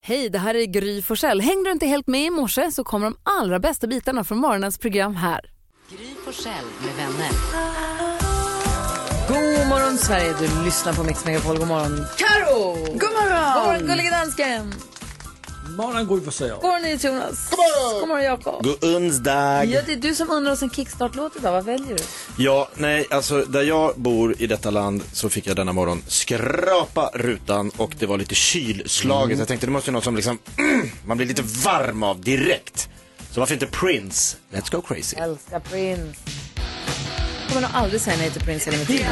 Hej, det här är Gry Forssell. Hängde du inte helt med i morse så kommer de allra bästa bitarna från morgonens program här. Gry Forssell med vänner. God morgon Sverige, du lyssnar på Mix Megapol. God morgon Karo. God morgon. God morgon gulliga dansken. Morgon Gry Forssell. God morgon Jonas. God morgon Jakob. God onsdag. Ja, det är du som undrar oss en kickstart-låt idag. Vad väljer du? Ja, nej, alltså där jag bor i detta land så fick jag denna morgon skrapa rutan och det var lite kylslaget. Jag tänkte det måste ju något som liksom man blir lite varm av direkt. Så varför inte Prince? Let's go crazy. Älskar Prince. Kommer nog aldrig säga nej till Prince eller mitt liv.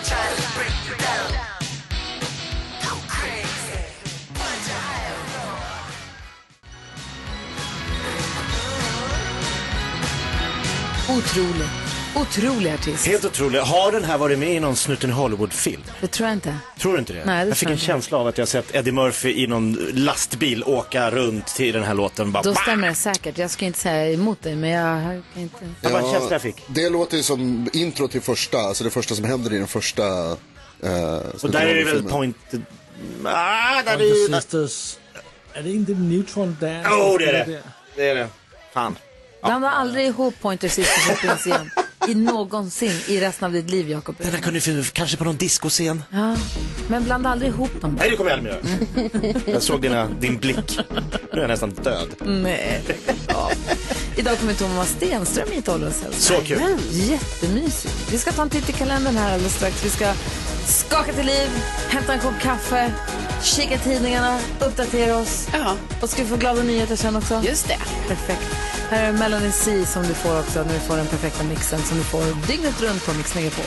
Otrolig artist. Helt otroligt. Har den här varit med i någon Snutten Hollywood-film? Det tror jag inte. Tror du inte det? Nej, det jag fick en känsla av att jag sett Eddie Murphy i någon lastbil åka runt till den här låten. Bara, då stämmer det säkert. Jag ska inte säga emot dig, men jag kan inte... Det var en känsla jag fick. Det låter ju som intro till första, alltså det första som händer i den första... och där är det väl pointed... där är Sisters. Är det inte Neutron Dance? Jo, det är det. Det är det. Fan. Blanda aldrig ihop Pointer Sisters och Prince igen. Någonsin i resten av ditt liv, Jakob. Den här kunde finnas kanske på någon discoscen. Ja, men blanda aldrig ihop dem. Nej, det kommer jag aldrig göra. Jag såg din blick. Nu är jag nästan död. Nej, ja. Idag kommer Thomas Stenström hit och håller oss. Så kul. Jättemysigt. Vi ska ta en titt i kalendern här alldeles strax. Vi ska skaka till liv, hämta en kopp kaffe, kika tidningarna, uppdatera oss. Ja. Och ska vi få glada nyheter sen också? Just det. Perfekt. Här är Melanie C som du får också när du får den perfekta mixen som du får dygnet runt på Mix Megapol.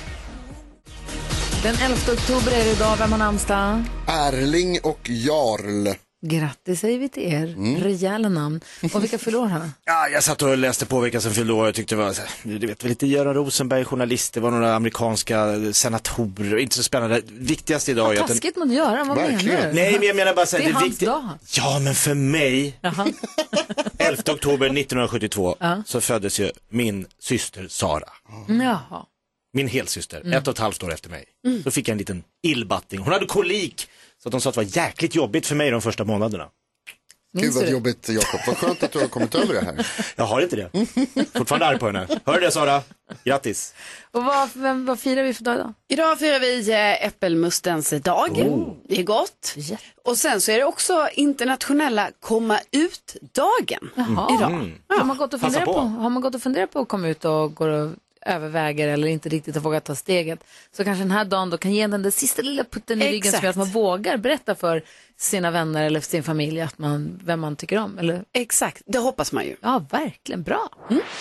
Den 11 oktober är det idag. Vem har namnsdag? Erling och Jarl. Grattis säger vi till er. Rejäla namn. Och vilka fyller år här? Ja, jag satt och läste på vilka som fyllde år. Jag tyckte det var, du vet, lite Göran Rosenberg, journalist. Det var några amerikanska senatorer. Inte så spännande. Viktigaste idag är att... Taskigt mot Göran, vad menar du? Nej, men jag menar bara så här, det är hans dag. Ja, men för mig 11 oktober 1972 så föddes ju min syster Sara. Jaha. Min helsyster, 1,5 år efter mig. Så fick jag en liten illbatting. Hon hade kolik. Så att de sa att det var jäkligt jobbigt för mig de första månaderna. Gud vad jobbigt, Jakob. Vad skönt att du har kommit över det här. Jag har inte det. Fortfarande arg på henne. Hör det, Sara? Grattis. Och vad firar vi för dag idag? Idag firar vi äppelmustens dag. Det är gott. Och sen så är det också internationella komma ut-dagen. Idag. Har man gått och funderat på att komma ut och gå och överväger eller inte riktigt har vågat ta steget, så kanske den här dagen då kan ge den sista lilla putten i ryggen som gör att man vågar berätta för sina vänner eller för sin familj att vem man tycker om. Eller? Exakt, det hoppas man ju. Ja, verkligen bra.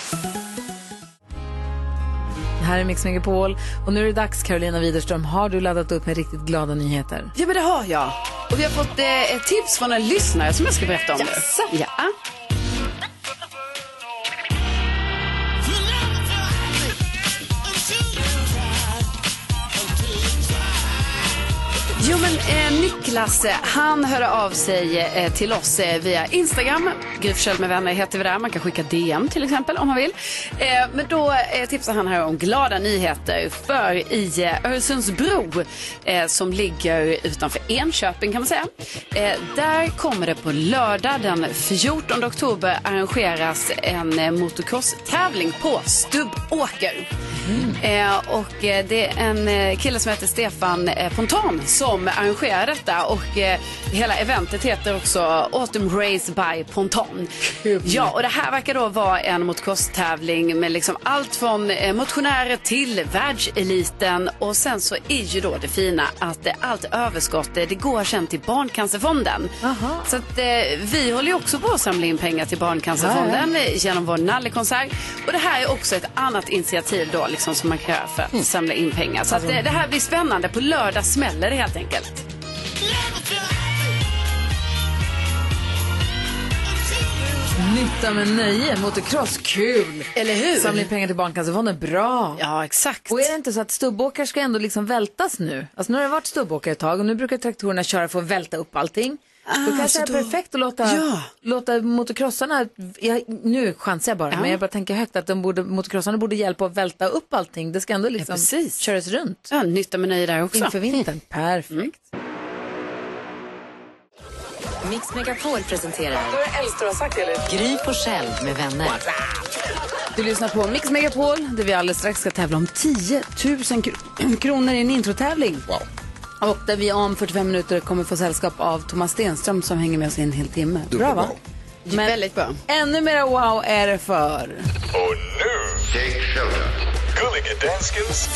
Det här är Mix Megapol och nu är det dags, Carolina Widerström. Har du laddat upp med riktigt glada nyheter? Ja, men det har jag. Och vi har fått ett tips från en lyssnare som jag ska berätta om nu. Ja. Jo, men Niklas, han hör av sig till oss via Instagram. Gry Forssell med vänner heter vi där. Man kan skicka DM till exempel om man vill. Men då tipsar han här om glada nyheter för i Öresundsbro som ligger utanför Enköping kan man säga. Där kommer det på lördag den 14 oktober arrangeras en motocross-tävling på Stubbåker. Och det är en kille som heter Stefan Ponton som arrangerar detta och hela eventet heter också Autumn Race by Ponton. Ja, och det här verkar då vara en motocross-tävling med liksom allt från motionärer till världseliten, och sen så är ju då det fina att allt överskott det går sedan till Barncancerfonden. Så att vi håller ju också på att samla in pengar till Barncancerfonden genom vår nallekonsert, och det här är också ett annat initiativ då liksom som man kan göra för att samla in pengar. Så att det här blir spännande. På lördag smäller det helt enkelt. Nytta med nöje, motocross, kul. Eller hur? Samla in pengar till Barncancerfonden, bra. Ja, exakt. Och är det inte så att stubbåkar ska ändå liksom vältas nu? Alltså nu har det varit stubbåkar ett tag och nu brukar traktorerna köra för att välta upp allting. Då kanske det är perfekt att låta motocrossarna, nu chansar jag bara, men jag bara tänker högt att motocrossarna borde hjälpa att välta upp allting. Det ska ändå liksom köras runt. Ja, nytta med nöje där också. Inför vintern, perfekt. Mix Megapol presenterar Då är det äldst du har sagt det. Gry Forssell med vänner. Du lyssnar på Mix Megapol där vi alldeles strax ska tävla om 10 000 kronor i en introtävling. Wow. Och där vi om 45 minuter kommer få sällskap av Thomas Stenström som hänger med oss i en hel timme. Bra va? Men väldigt bra. Ännu mer wow är det för... Och nu, Jake Shelton. Gullige Danskens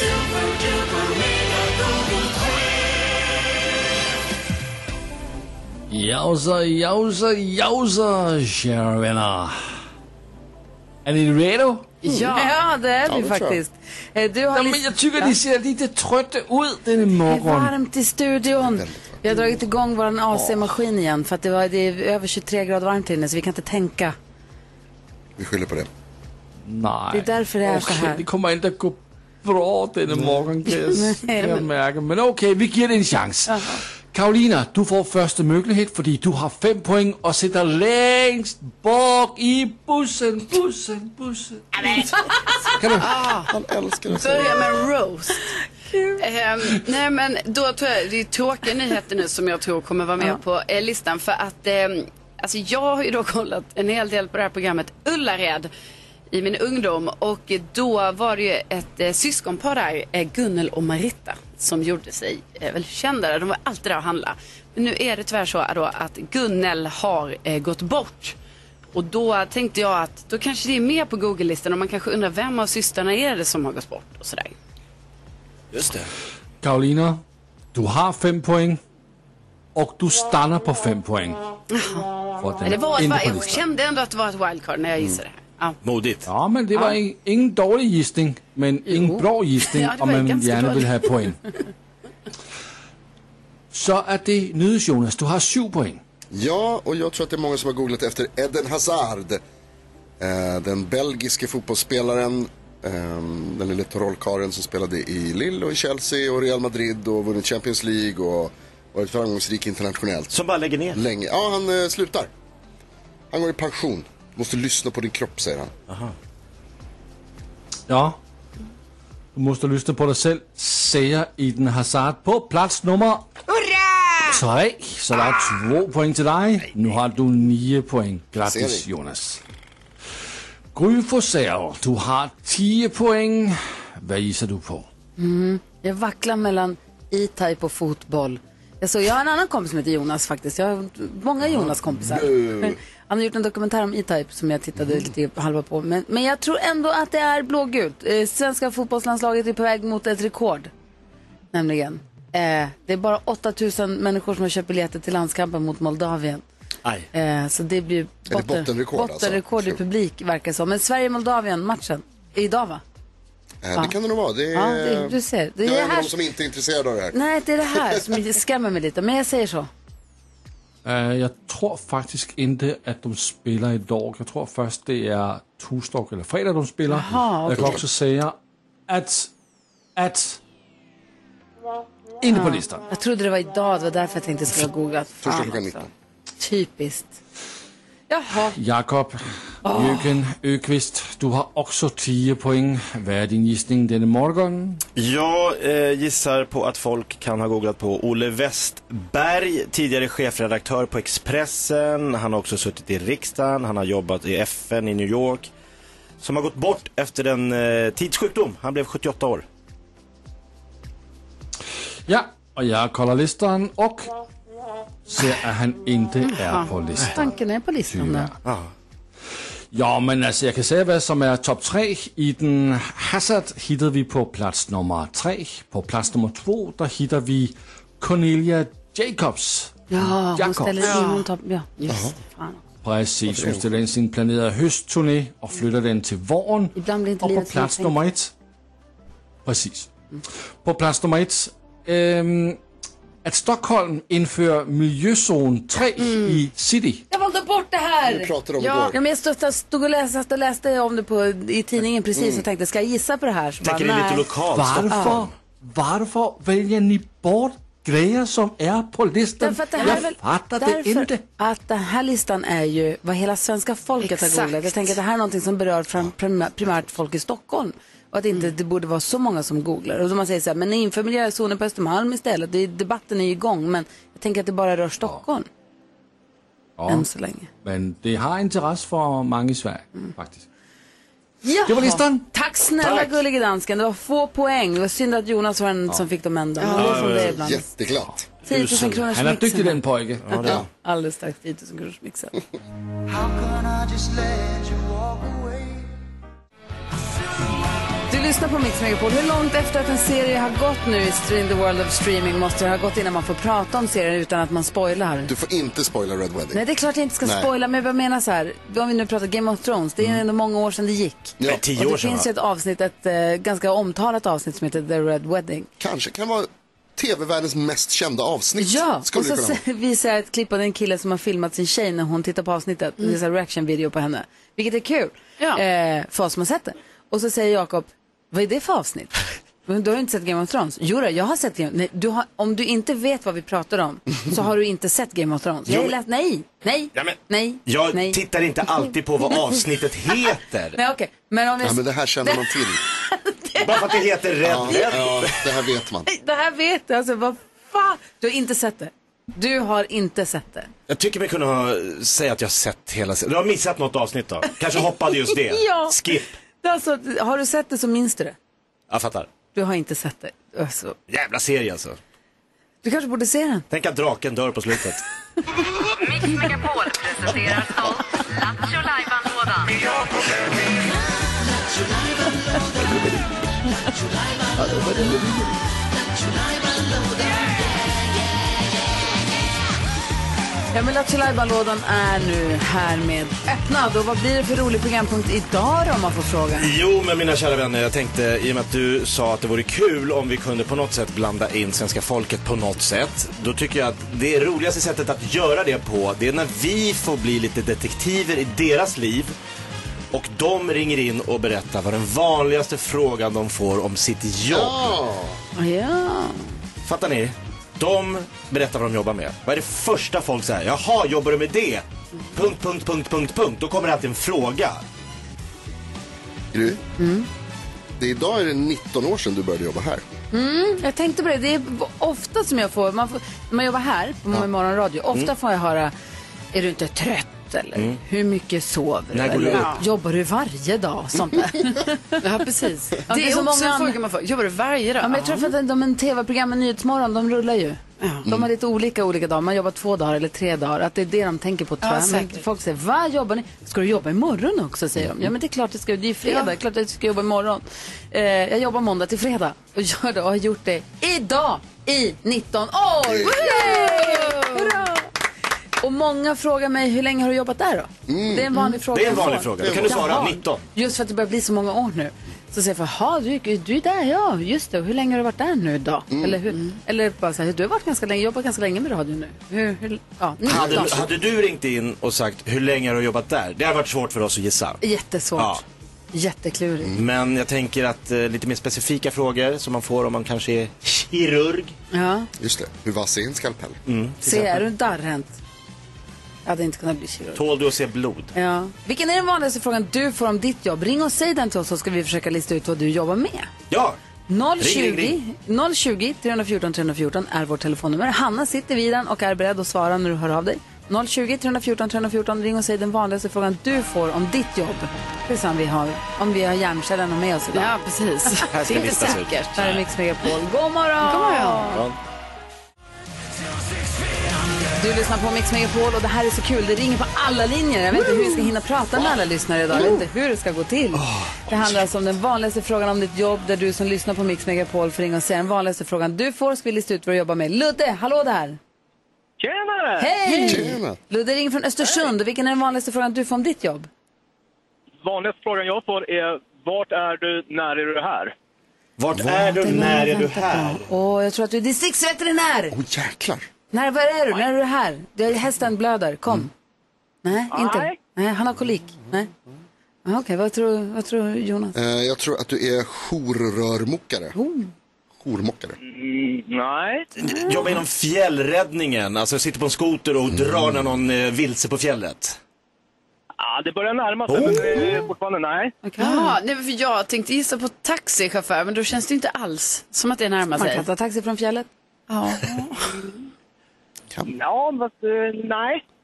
Jausa, kära vänner. Är ni redo? Ja, det är vi faktiskt. Du har men jag tycker ni ser lite trötta ut den morgon. Det är varmt i studion. Vi har dragit igång vår AC-maskin igen för att det är över 23 grader varmt inne så vi kan inte tänka. Vi skyller på det. Nej. Det är därför det är så här. Det kommer inte att gå bra denna morgon kan jag märka. Men okej, vi ger det en chans. Karolina, du får första möjlighet fordi du har 5 poäng och sitter längst bak i bussen. Kan du? Han älskar det. Börja med roast. Nej men då tror jag det är tråkiga nyheter nu som jag tror kommer vara med på listan för att alltså jag har ju då kollat en hel del på det här programmet Ullared i min ungdom och då var det ju ett syskonpar där, Gunnel och Marita, som gjorde sig väldigt kända. De var alltid där och handla. Men nu är det tyvärr så då att Gunnel har gått bort. Och då tänkte jag att då kanske det är med på Google-listan och man kanske undrar vem av systrarna är det som har gått bort och sådär. Just det. Karolina, du har 5 poäng och du stannar på 5 poäng. Men det var jag kände ändå att det var ett wildcard när jag gissade det här. Ja. Modigt. Ja, men det var ingen dålig gissning, men ingen bra gissning om man gärna vill ha poäng. Så är det nyhets Jonas, du har 7 poäng. Ja, och jag tror att det är många som har googlat efter Eden Hazard. Den belgiske fotbollsspelaren. Den lilla trollkaren som spelade i Lille och i Chelsea och Real Madrid och vunnit Champions League och varit framgångsrik internationellt. Som bara lägger ner? Länge. Ja, han slutar. Han går i pension. Måste lyssna på din kropp, säger han. Aha. Ja, du måste lyssna på dig själv, säger Eden Hazard på plats nummer 3. Så det är 2 poäng till dig. Nu har du 9 poäng. Grattis Jonas. Gry Forssell, du har 10 poäng. Vad gissar du på? Jag vacklar mellan E-Type och fotboll. Jag har en annan kompis som heter Jonas faktiskt. Jag har många Jonas-kompisar. Han har gjort en dokumentär om E-Type som jag tittade lite halva på. Men jag tror ändå att det är blågult. Svenska fotbollslandslaget är på väg mot ett rekord. Nämligen. Det är bara 8000 människor som har köpt biljetter till landskampen mot Moldavien. Så det blir bottenrekord i publik verkar som. Men Sverige-Moldavien matchen är idag va? Det kan det nog vara. Du ser. Det är de som inte är intresserade av det här. Nej, det är det här som skrämmer mig lite. Men jag säger så. Jag tror faktiskt inte att de spelar idag. Jag tror först det är torsdag eller fredag de spelar. Aha, okay. Jag kan också säga att inte på listan. Jag trodde det var idag, det var därför jag tänkte att jag skulle googla. Torsdag klockan 19. Typiskt. Jaha. Jakob Jöken Öqvist, du har också 10 poäng. Vad är din gissning denna morgon? Jag gissar på att folk kan ha googlat på Olle Westberg, tidigare chefredaktör på Expressen. Han har också suttit i riksdagen, han har jobbat i FN i New York. Som har gått bort efter en tidssjukdom. Han blev 78 år. Ja, och jag kollar listan och ser att han inte är på listan. Tanken är på listan där. Ja, men alltså jag kan säga vad som är topp 3. I den Hazard hittar vi på plats nummer 3. På plats nummer 2 där hittar vi Cornelia Jacobs. Ja, hon ställer in topp. Ja, just fan. Precis, hon ställer in sin planerade höstturné och flyttar den till våren. Ibland blir inte och på plats nummer 1. Precis. På plats nummer 1 att Stockholm inför miljözon 3 i city. Jag valde bort det här. Vi pratade om igår. Ja, men jag stod och läste om det i tidningen precis och tänkte, ska jag gissa på det här? Så tänker ni lite lokalt? Varför väljer ni bort grejer som är på listan? Jag fattar det inte. Att den här listan är ju vad hela svenska folket har googlat. Jag tänker att det här är någonting som berör primärt folk i Stockholm. Och att inte det borde vara så många som googlar. Och då man säger så här, men inför miljözonen på Östermalm istället. Debatten är ju igång, men jag tänker att det bara rör Stockholm. än så länge. Men det har intresse för många i Sverige, faktiskt. Ja. Det var listan. Tack snälla gullige dansken. Det var 2 poäng. Det var synd att Jonas var den som fick dem ändå. Men det är som det är ibland. Jätteglatt. 10 000 kronors Han är mixen. duktig den pojke. Ja. Alldeles strax 10 000 kronors mixen. Du lyssnar på Mix Megapol. Hur långt efter att en serie har gått nu i the world of streaming måste det ha gått innan man får prata om serien utan att man spoilar? Du får inte spoila Red Wedding. Nej, det är klart jag inte ska spoila, men jag menar så här, om vi nu pratar Game of Thrones, det är ändå många år sedan det gick. Ja. 10 Och år det sedan, finns ju ett avsnitt, ett ganska omtalat avsnitt som heter The Red Wedding. Kanske kan vara tv-världens mest kända avsnitt. Ja, Skulle och så visar jag ett klipp av en kille som har filmat sin tjej när hon tittar på avsnittet. Det är en reaction-video på henne. Vilket är kul för oss som har sett det. Och så säger Jakob, vad är det för avsnitt? Du har ju inte sett Game of Thrones. Jo, jag har sett Game of Thrones. Om du inte vet vad vi pratar om så har du inte sett Game of Thrones. Jag har läst, nej. Jag tittar inte alltid på vad avsnittet heter. Nej, okej. Men om men det här känner man till. Bara för att det heter Red. Ja, det här vet man. Det här vet du, alltså vad fan. Du har inte sett det. Du har inte sett det. Jag tycker mig kunna säga att jag har sett hela serien. Du har missat något avsnitt då. Kanske hoppade just det. Ja. Skip. Alltså, har du sett det så minns du det. Jag fattar. Du har inte sett det. Alltså. Jävla serie alltså. Du kanske borde se den. Tänk att draken dör på slutet. Mix Megapol presenterar stolt Lattjo Lajban-lådan. Ja, men Lattjo Lajban-lådan är nu härmed öppnad. Och vad blir det för rolig programpunkt idag då, om man får fråga? Jo, men mina kära vänner, jag tänkte, i och med att du sa att det vore kul om vi kunde på något sätt blanda in svenska folket på något sätt. Då tycker jag att det roligaste sättet att göra det på, det är när vi får bli lite detektiver i deras liv. Och de ringer in och berättar vad den vanligaste frågan de får om sitt jobb. Ja. Fattar ni? De berättar vad de jobbar med. Vad är det första folk säger? Jaha, jobbar du med det? ... Då kommer det alltid en fråga. Gry, idag är det 19 år sedan du började jobba här. Jag tänkte på det. Det är ofta som jag får, när man jobbar här på morgonradio, ofta får jag höra, är du inte trött? Eller hur mycket sover du? Eller jobbar du varje dag? Sånt där. Ja, precis. Det är så också många en fråga man får. Jobbar du varje dag? Ja, men jag tror för att de tv-programmen Nyhetsmorgon, de rullar ju. De har lite olika dagar. Man jobbar 2 dagar eller 3 dagar. Att det är det de tänker på, tror jag. Men folk säger, vad jobbar ni? Ska du jobba imorgon också, säger de. Ja, men det är klart det ska. Det är fredag. Det är klart att jag ska jobba imorgon. Jag jobbar måndag till fredag. Och gör det och har gjort det idag i 19 år. Hurra! Och många frågar mig, hur länge har du jobbat där då? Det är en vanlig fråga. Det är en vanlig fråga. Då kan du svara 19. Just för att det börjar bli så många år nu. Så säger jag, du är där, ja, just det. Hur länge har du varit där nu då? Eller bara så här, du har varit ganska länge, jobbat ganska länge med radio nu. Hade du ringt in och sagt, hur länge har du jobbat där? Det har varit svårt för oss att gissa. Jättesvårt. Ja. Jätteklurigt. Men jag tänker att lite mer specifika frågor som man får om man kanske är kirurg. Ja. Just det, hur vass är en skalpell? Se, är du darrhänt? Jag hade inte kunnat bli kirurg. Tål du att se blod? Ja. Vilken är den vanligaste frågan du får om ditt jobb? Ring och säg den till oss, så ska vi försöka lista ut vad du jobbar med. Ja. 020 314 314 är vårt telefonnummer. Hanna sitter vid den och är beredd att svara när du hör av dig. 020 314 314. Ring och säg den vanligaste frågan du får om ditt jobb. Det är så om vi har hjärnkällarna med oss idag. Ja, precis. Här ska det är inte listas ut. säkert. Här är Mix Megapol. God morgon! God morgon! Du lyssnar på Mix Megapol och det här är så kul. Det ringer på alla linjer. Jag vet inte hur vi ska hinna prata med alla lyssnare idag. Jag vet inte hur det ska gå till. Det handlar alltså om den vanligaste frågan om ditt jobb, där du som lyssnar på Mix Megapol får ringa och säga den vanligaste frågan du får. Ska vi lista ut vad du jobbar med. Ludde, hallå där! Tjenare! Hej! Tjena. Ludde ringer från Östersund. Vilken är den vanligaste frågan du får om ditt jobb? Vanligaste frågan jag får är, vart är du, när är du här? Vart är du, när är du här? Jag tror att du är distriktsveterinär. Jäklar. Var är du? När är du här? Hästen blöder. Kom. Nej, inte. Nej, han har kolik. Nej. Okej, vad tror Jonas? Jag tror att du är jourrörmokare. Jourmockare. Nej. Jobbar inom fjällräddningen. Alltså jag sitter på en skoter och drar när någon vilse på fjället. Ja, det börjar närma sig, men det är fortfarande nej. Okay. Nej, för jag tänkte gissa på taxichaufför, men då känns det inte alls som att det närmar sig. Man kan ta taxi från fjället. Ja. Ja, fast nej.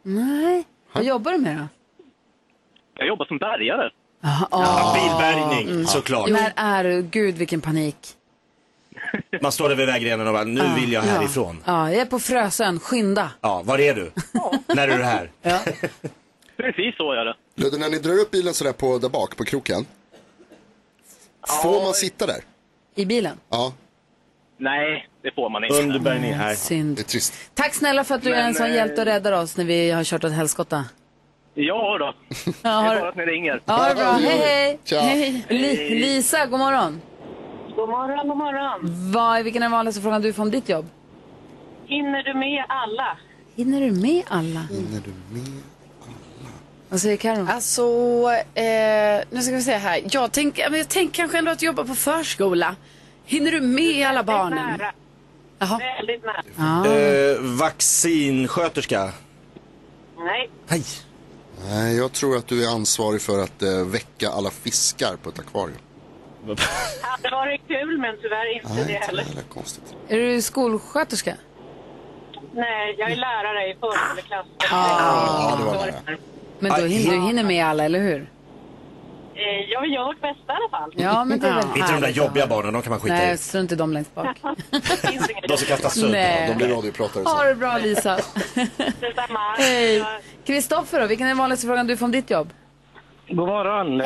Nej. Vad jobbar du med då? Jag jobbar som bärgare. Bilbärgning, såklart. När är du? Gud, vilken panik. Man står där vid vägrenen och bara, nu vill jag härifrån. Ja, jag är på Frösön, skynda. Ja, var är du? När är du här? Ja. Precis så är det. Ludde, när ni drar upp bilen sådär på, där bak på kroken, får man sitta där? I bilen? Ja. Nej, det får man inte. Under bärgning här. Synd. Det är trist. Tack snälla för att du är en sån hjälte och räddar oss när vi har kört åt helskotta. Ja då. Det är bara att ni ringer. Ja, det är bra. Hej, hej. Tja. Hej. Lisa, god morgon. God morgon, god morgon. Vilken är den vanligaste frågan du får om ditt jobb? Hinner du med alla? Hinner du med alla? Hinner du med? Vad säger Karo? Alltså, nu ska vi se här. Jag tänker kanske ändå att jobba på förskola. Hinner du med alla barnen? Nära. Jaha. Väldigt nära. Vaccinsköterska. Nej. Hej. Nej, jag tror att du är ansvarig för att väcka alla fiskar på ett akvarium. Hade varit kul, men tyvärr inte Nej, det inte heller. heller konstigt. Är du skolsköterska? Nej, jag är lärare i förskoleklass. Ja, det var det. Men då hinner med alla, eller hur? Jag vill göra vårt bästa i alla fall. Ja, men det är väl Inte de där härligt, jobbiga ja. barnen, de kan man skita Nej, i. strunt i dem längst bak. Finns inget. De som kastar sudd. Nej. De blir radiopratare Ha sen. det bra, Lisa. Detsamma. Hej. Kristoffer då, vilken är den vanligaste frågan du får om ditt jobb? God morgon.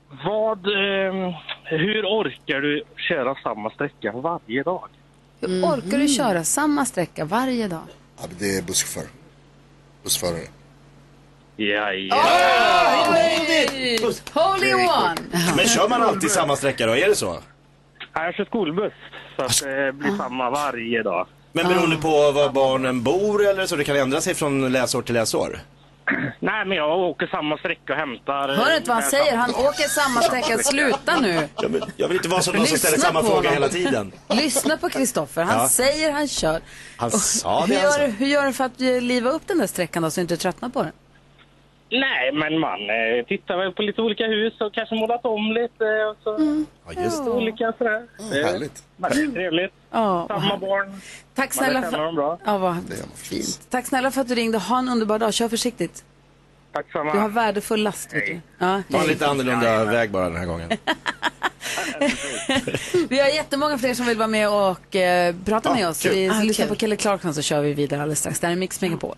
Hur orkar du köra samma sträcka varje dag? Hur orkar du köra samma sträcka varje dag? Ja, det är busschaufför. Bussförare. Holy one! Men kör man alltid samma sträcka då, är det så? Jag kör skolbuss, så att det blir samma varje dag. Men beroende på var barnen bor eller så, det kan ändra sig från läsår till läsår? Nej, men jag åker samma sträcka och hämtar... Hör inte vad han säger? Han åker samma sträcka. Sluta nu. Ja, men jag vill inte vara som någon som Lyssna ställer samma på fråga honom. hela tiden. Lyssna på Kristoffer. Han säger, han kör. Han sa Hur det gör, alltså. hur gör du för att liva upp den där sträckan då, så du inte tröttnar på den? Nej, men man tittar väl på lite olika hus och kanske målat om lite och så... Ja, just det. Olika sådär. Härligt. Väldigt trevligt. Ja. Samma barn. Tack snälla Man känner dem bra. Ja, vad Det är fint. Tack snälla för att du ringde. Ha en underbar dag. Kör försiktigt. Tack samma. Du har värdefull last, vet du. Ja, Ta en hej. lite annorlunda väg bara den här gången. Vi har jättemånga fler som vill vara med och prata med oss. kul. Vi lyssnar kul. på Kelly Clarkson, så kör vi vidare alldeles strax. Det här är Mix Megapol.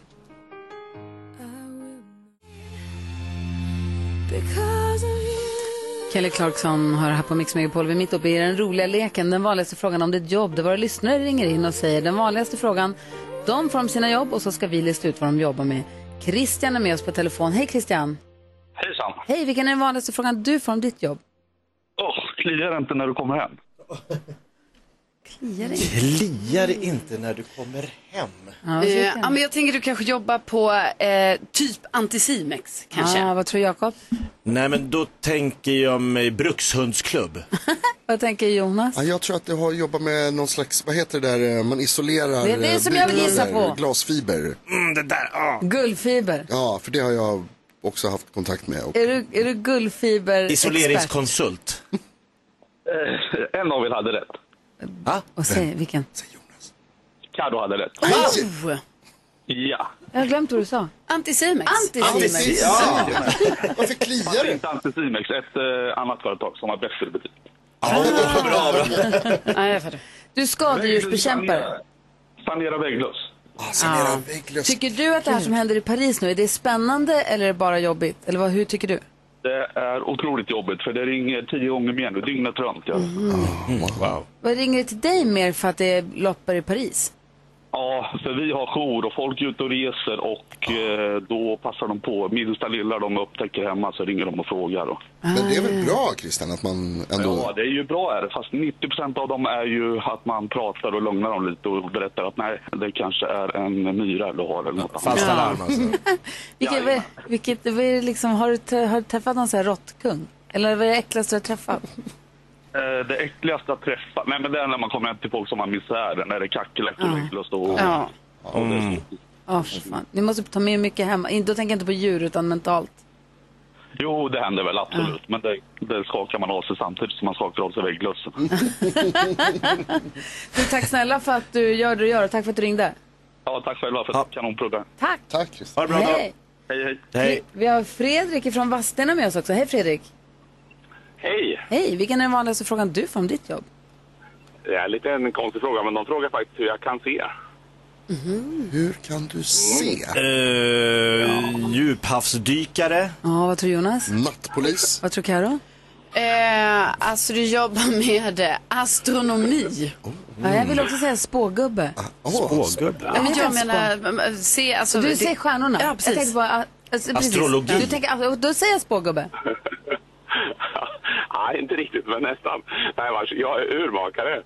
Kelly Clarkson har här på Mix Megapol. Vi är mitt uppe i den roliga leken. Den vanligaste frågan om ditt jobb. Det våra lyssnare ringer in och säger den vanligaste frågan. De får om sina jobb och så ska vi lista ut vad de jobbar med. Christian är med oss på telefon. Hej Christian. Hejsan. Hej, vilken är den vanligaste frågan du får om ditt jobb? Kliar inte när du kommer hem? Kliar det? Kliar det inte när du kommer hem? Ja, men jag tänker du kanske jobbar på typ Anticimex kanske. Vad tror Jakob? Nej, men då tänker jag mig brukshundsklubb. Vad tänker Jonas? Ja, jag tror att du har jobbat med någon slags, vad heter det där, man isolerar Det är det som jag vill gissa byggnader, på. glasfiber. Det där, Gullfiber. Ja, för det har jag också haft kontakt med. Och Är du gullfiber Isoleringskonsult. En av er hade rätt. Va? Och säg vilken? Kado hade rätt. Oh, Ja. Jag har glömt vad du sa. Anticimex. Anticimex. Ja, varför kliar det? Inte Anticimex, ett annat företag som har bättre betyg. Bra. Ja, jag fattar. Du är skadedjursbekämpare. Sanera vägglöss. Sanera vägglöss. Tycker du att det här som händer i Paris nu, är det spännande eller är det bara jobbigt? Eller hur tycker du? Det är otroligt jobbigt för det ringer 10 gånger mer nu, dygnet runt. Ja. Wow. Vad ringer det till dig mer för att det är loppar i Paris? Ja, för vi har jour och folk är ute och reser och då passar de på. Minsta lilla de upptäcker hemma så ringer de och frågar. Då. Men det är väl bra, Christian, att man ändå... Ja, det är ju bra är det. Fast 90% av dem är ju att man pratar och lugnar dem lite och berättar att nej, det kanske är en myra du har eller något annat. Falska larm alltså. Vad är det liksom, har du träffat någon sån här råttkung? Eller vad är det äckligaste du har träffat? Det äckligaste att träffa, nej men det är när man kommer hem till folk som har misär, när det är kackerlack och vägglöss och... Ja. För fan. Ni måste ta med mycket hemma. Då tänker jag inte på djur utan mentalt. Jo, det händer väl absolut, men det skakar man av sig samtidigt som man skakar av sig vägglössen. Tack snälla för att du gör det du gör och tack för att du ringde. Ja, tack själva för ett kanonprogram. Tack. Tack, Christer. Ha det bra. Hej. Hej. Vi har Fredrik från Vadstena med oss också. Hej Fredrik. Hej. Hej, vilken är den vanligaste frågan du får om ditt jobb? Det är lite en konstig fråga, men de frågar faktiskt hur jag kan se. Hur kan du se? Djuphavsdykare. Ja, vad tror Jonas? Nattpolis. Vad tror Karo? Alltså du jobbar med astronomi. Ja, jag vill också säga spågubbe. Spågubbe. Men jag menar, se, alltså, Du säger stjärnorna. Ja, precis. Jag tänkte bara, precis. Astrologi. Du tänker, då säger jag spågubbe. Nej, inte riktigt, men nästan. Nej, jag är urmakare.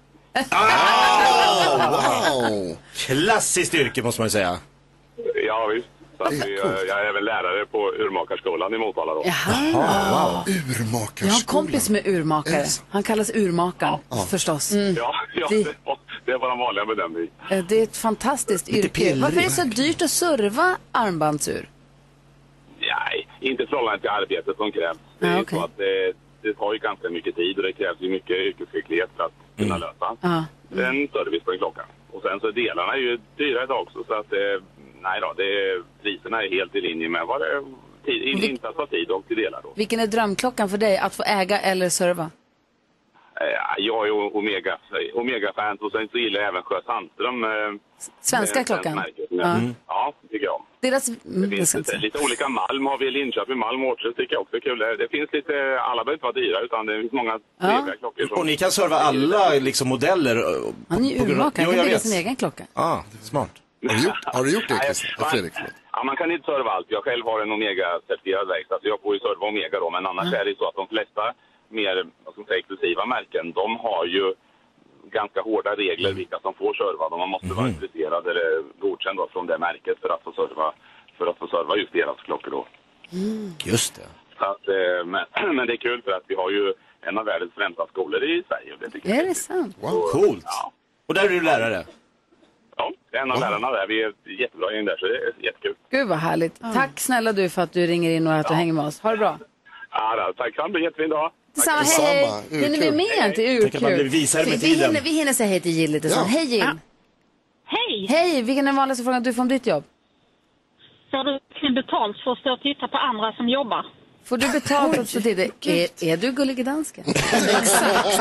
Wow. Klassiskt yrke måste man säga. Ja, visst. Så att jag är även lärare på urmakarskolan i Motala då. Jaha. Urmakarskolan. Jag har en kompis med urmakare. Han kallas urmakaren, förstås. Ja, det var den vanliga bedömning. Det är ett fantastiskt yrke. Varför är det så dyrt att serva armbandsur? Nej, inte förhållande till arbetet som krävs. Det är ju så att det tar ju ganska mycket tid och det krävs ju mycket yrkesskicklighet för att kunna lösa en service på en klocka. Och sen så delarna är ju dyra idag också, så att nej då, priserna är helt i linje med vad det insats av tid och till delar då. Vilken är drömklockan för dig, att få äga eller serva? Jag är Omega-fan och sen så gillar jag även Sjö Sandström. Svenska klockan? Ja, tycker jag. Det finns lite olika Malm har vi i Linköping, Malm och Årträsk tycker jag också är kul. Det finns lite, alla behöver inte vara dyra utan det finns många trevliga klockor. Och ni kan serva alla liksom modeller. Han är ju urmakare, han kan bygga sin egen klocka. Smart. Har du gjort det, Fredrik? Ja, man kan inte serva allt. Jag själv har en Omega-certifierad verkstad så jag får ju serva Omega då, men annars är det så att de flesta mer exklusiva märken, de har ju ganska hårda regler vilka som får serva. Man måste vara intresserad eller godkänd då från det märket för att få serva just deras klockor då. Just det. Så att, men det är kul för att vi har ju en av världens främsta skolor i Sverige. Det tycker är det sant? Wow, coolt. Ja. Och där är du lärare? Ja, en av lärarna där. Vi är jättebra in där så det är jättekul. Gud vad härligt. Tack snälla du för att du ringer in och att du hänger med oss. Ha det bra. Ja, tack. Det blir jättefin dag. Detsamma, hej. Hinner vi med en till urkul? Tänk att man blir visare med tiden. Vi hinner säga hej till Jill lite sånt. Hej Jill. Hej. Hej, vilken är den vanligaste frågan du får om ditt jobb? Får du betalt för att stå och titta på andra som jobbar? Får du betalt för att stå och titta? Är du gullig danska? Exakt.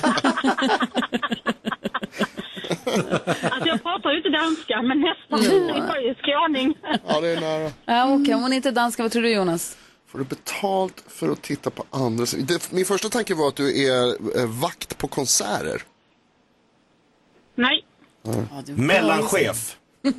Alltså jag pratar ju inte danska, men nästan. Jag är skåning. Ja, det är nära. Ja, okej. Om hon är inte danska, vad tror du Jonas? Får du betalt för att titta på andra? Min första tanke var att du är vakt på konserter. Nej. Mellanchef.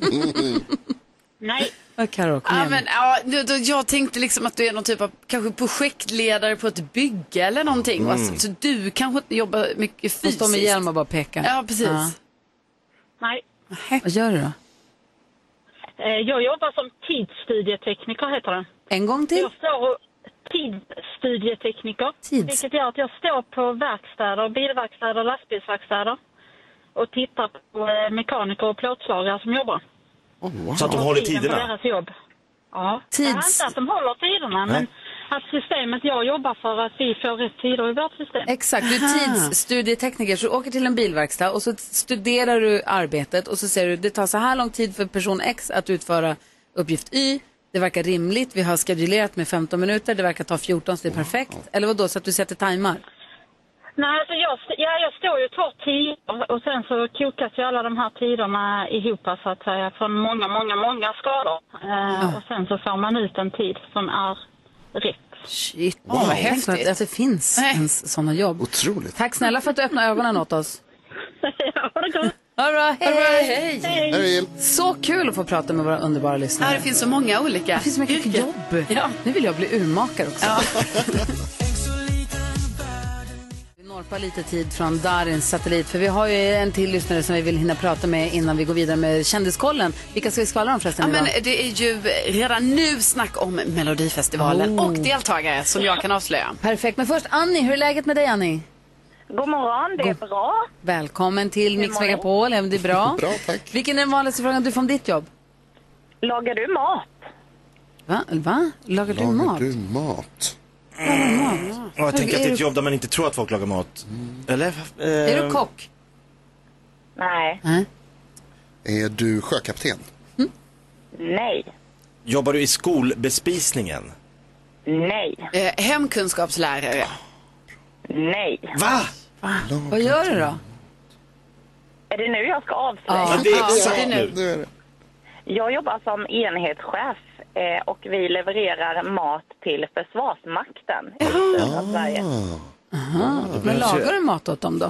Nej. Karo, kom igen. Jag tänkte liksom att du är någon typ av kanske projektledare på ett bygge eller någonting. Så du kanske inte jobbar mycket fysiskt. Stå med hjälm och bara peka. Ja, precis. Nej. Vad gör du då? Jag jobbar som tidsstudietekniker heter det. En gång till? Jag står tidsstudietekniker. Vilket gör att jag står på verkstäder, bilverkstäder, lastbilsverkstäder och tittar på mekaniker och plåtslagare som jobbar. Wow. Så att de håller tiderna? På deras jobb. Ja, det är inte att de håller tiderna, men att systemet jag jobbar för att vi får rätt tider i vårt system. Exakt, du är tidsstudietekniker så du åker till en bilverkstad och så studerar du arbetet och så säger du det tar så här lång tid för person X att utföra uppgift Y. Det verkar rimligt, vi har schedulerat med 15 minuter, det verkar ta 14 så det är perfekt. Eller vad då, så att du sätter timar? Nej, alltså jag står ju och tar tider och sen så kokas ju alla de här tiderna ihop så att säga från många skador. Och sen så får man ut en tid som är rätt. Shit, vad häftigt att det finns ens sådana jobb. Otroligt. Tack snälla för att du öppnar ögonen åt oss. Ja, ha det gott. Ha det bra, hej. Hej. Så kul att få prata med våra underbara lyssnare. Det finns så många olika. Det finns så mycket jobb. Ja. Nu vill jag bli urmakare också. Ja. Vi norpar lite tid från Darins satellit. För vi har ju en till lyssnare som vi vill hinna prata med innan vi går vidare med kändiskollen. Vilka ska vi skvallra om förresten idag? Men det är ju redan nu snack om Melodifestivalen och deltagare som jag kan avslöja. Perfekt, men först Annie, hur är läget med dig Annie? God morgon, det är bra. Välkommen till Mix Megapol, även det är bra. Bra, tack. Vilken är den vanligaste frågan du får om ditt jobb? Lagar du mat? Va? Lagar du mat? Jag tänker att det är ett jobb där man inte tror att folk lagar mat. Eller? Är du kock? Nej. Är du sjökapten? Nej. Jobbar du i skolbespisningen? Nej. Hemkunskapslärare? Nej. Va? Vad gör du då? Är det nu jag ska avslöja? Ja, det är exakt nu. Nu är det. Jag jobbar som enhetschef och vi levererar mat till Försvarsmakten i södra Sverige. Men lagar du mat åt dem då?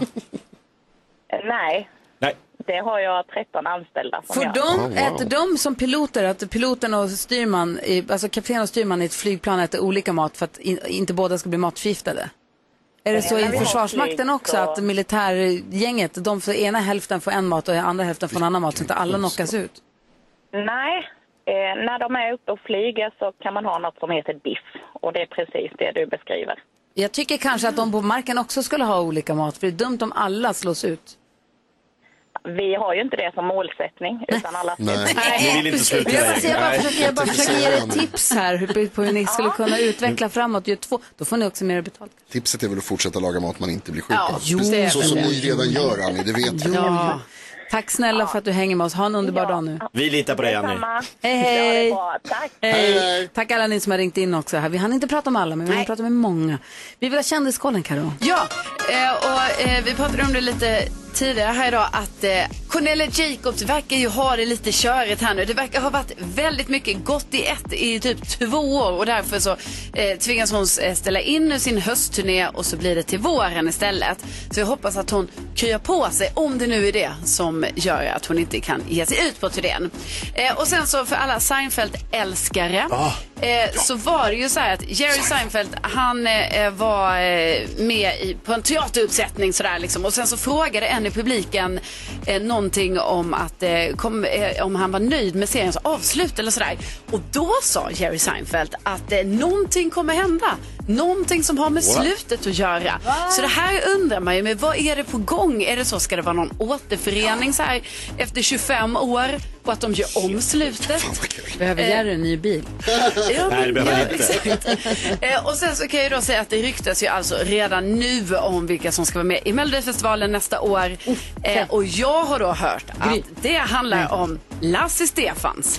Nej, Nej. det har jag 13 anställda som Får gör. äter de som piloter, att piloten och styrman, alltså kapten och styrman i ett flygplan äter olika mat för att inte båda ska bli matförgiftade? Är det så i Försvarsmakten också att militärgänget, de för ena hälften får en mat och andra hälften får en annan mat så att inte alla knockas ut? Nej, när de är uppe och flyger så kan man ha något som heter diff. Och det är precis det du beskriver. Jag tycker kanske att de på marken också skulle ha olika mat, för det är dumt om alla slås ut. Vi har ju inte det som målsättning, utan alla... Ni vill inte sluta Jag bara försöker ge er tips här på hur ni skulle kunna utveckla framåt. Då får ni också mer betalt. Tipset är väl att fortsätta laga mat man inte blir sjuk av. Jo, Så som ni redan gör, Annie, det vet jag. Ja. Tack snälla för att du hänger med oss. Ha en underbar dag nu. Vi litar på dig, Annie. Hej. Tack. Hej. Tack alla ni som har ringt in också här. Vi hann inte prata om alla, men vi har pratat med många. Vi vill ha kändiskollen, Karo. Ja, och vi pratade om det lite tidigare här idag att Cornelia Jacobs verkar ju ha det lite körigt här nu. Det verkar ha varit väldigt mycket gott i ett i typ 2 år och därför så tvingas hon ställa in nu sin höstturné och så blir det till våren istället. Så jag hoppas att hon kryar på sig om det nu är det som gör att hon inte kan ge sig ut på turnén. Och sen så för alla Seinfeld-älskare så var det ju så här att Jerry Seinfeld han var med på en teateruppsättning sådär liksom, och sen så frågade en i publiken någonting om att om han var nöjd med seriens avslut eller sådär. Och då sa Jerry Seinfeld att någonting kommer hända. Någonting som har med slutet att göra. Så det här undrar man ju, men vad är det på gång? Är det så, ska det vara någon återförening så här efter 25 år och att de gör om slutet? Behöver Jerry en ny bil? Nej, det behöver inte. Och sen så kan jag då säga att det ryktas ju alltså redan nu om vilka som ska vara med i Melodifestivalen nästa år. Och jag har då hört att det handlar om Lasse Stefans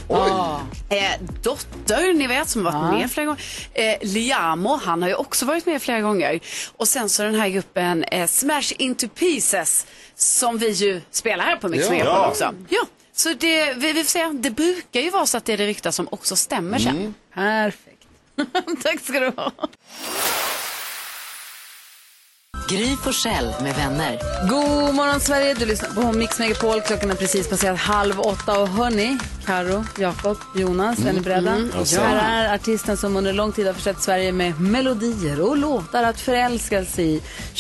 dotter, ni vet, som har varit med flera gånger. Liamo, han har ju också varit med flera gånger. Och sen så den här gruppen Smash Into Pieces som vi ju spelar här på Mix Megapol också. Ja, så det, vi får se, det brukar ju vara så att det är det rykta som också stämmer sen. Perfekt. Tack ska du ha. Gry Forssell med vänner. God morgon Sverige, du lyssnar på Mix Megapol. Klockan är precis passerat 7:30 och hörni, Karo, Jakob, Jonas, är ni beredda? Här är artisten som under lång tid har försett Sverige med melodier och låtar att förälskas i.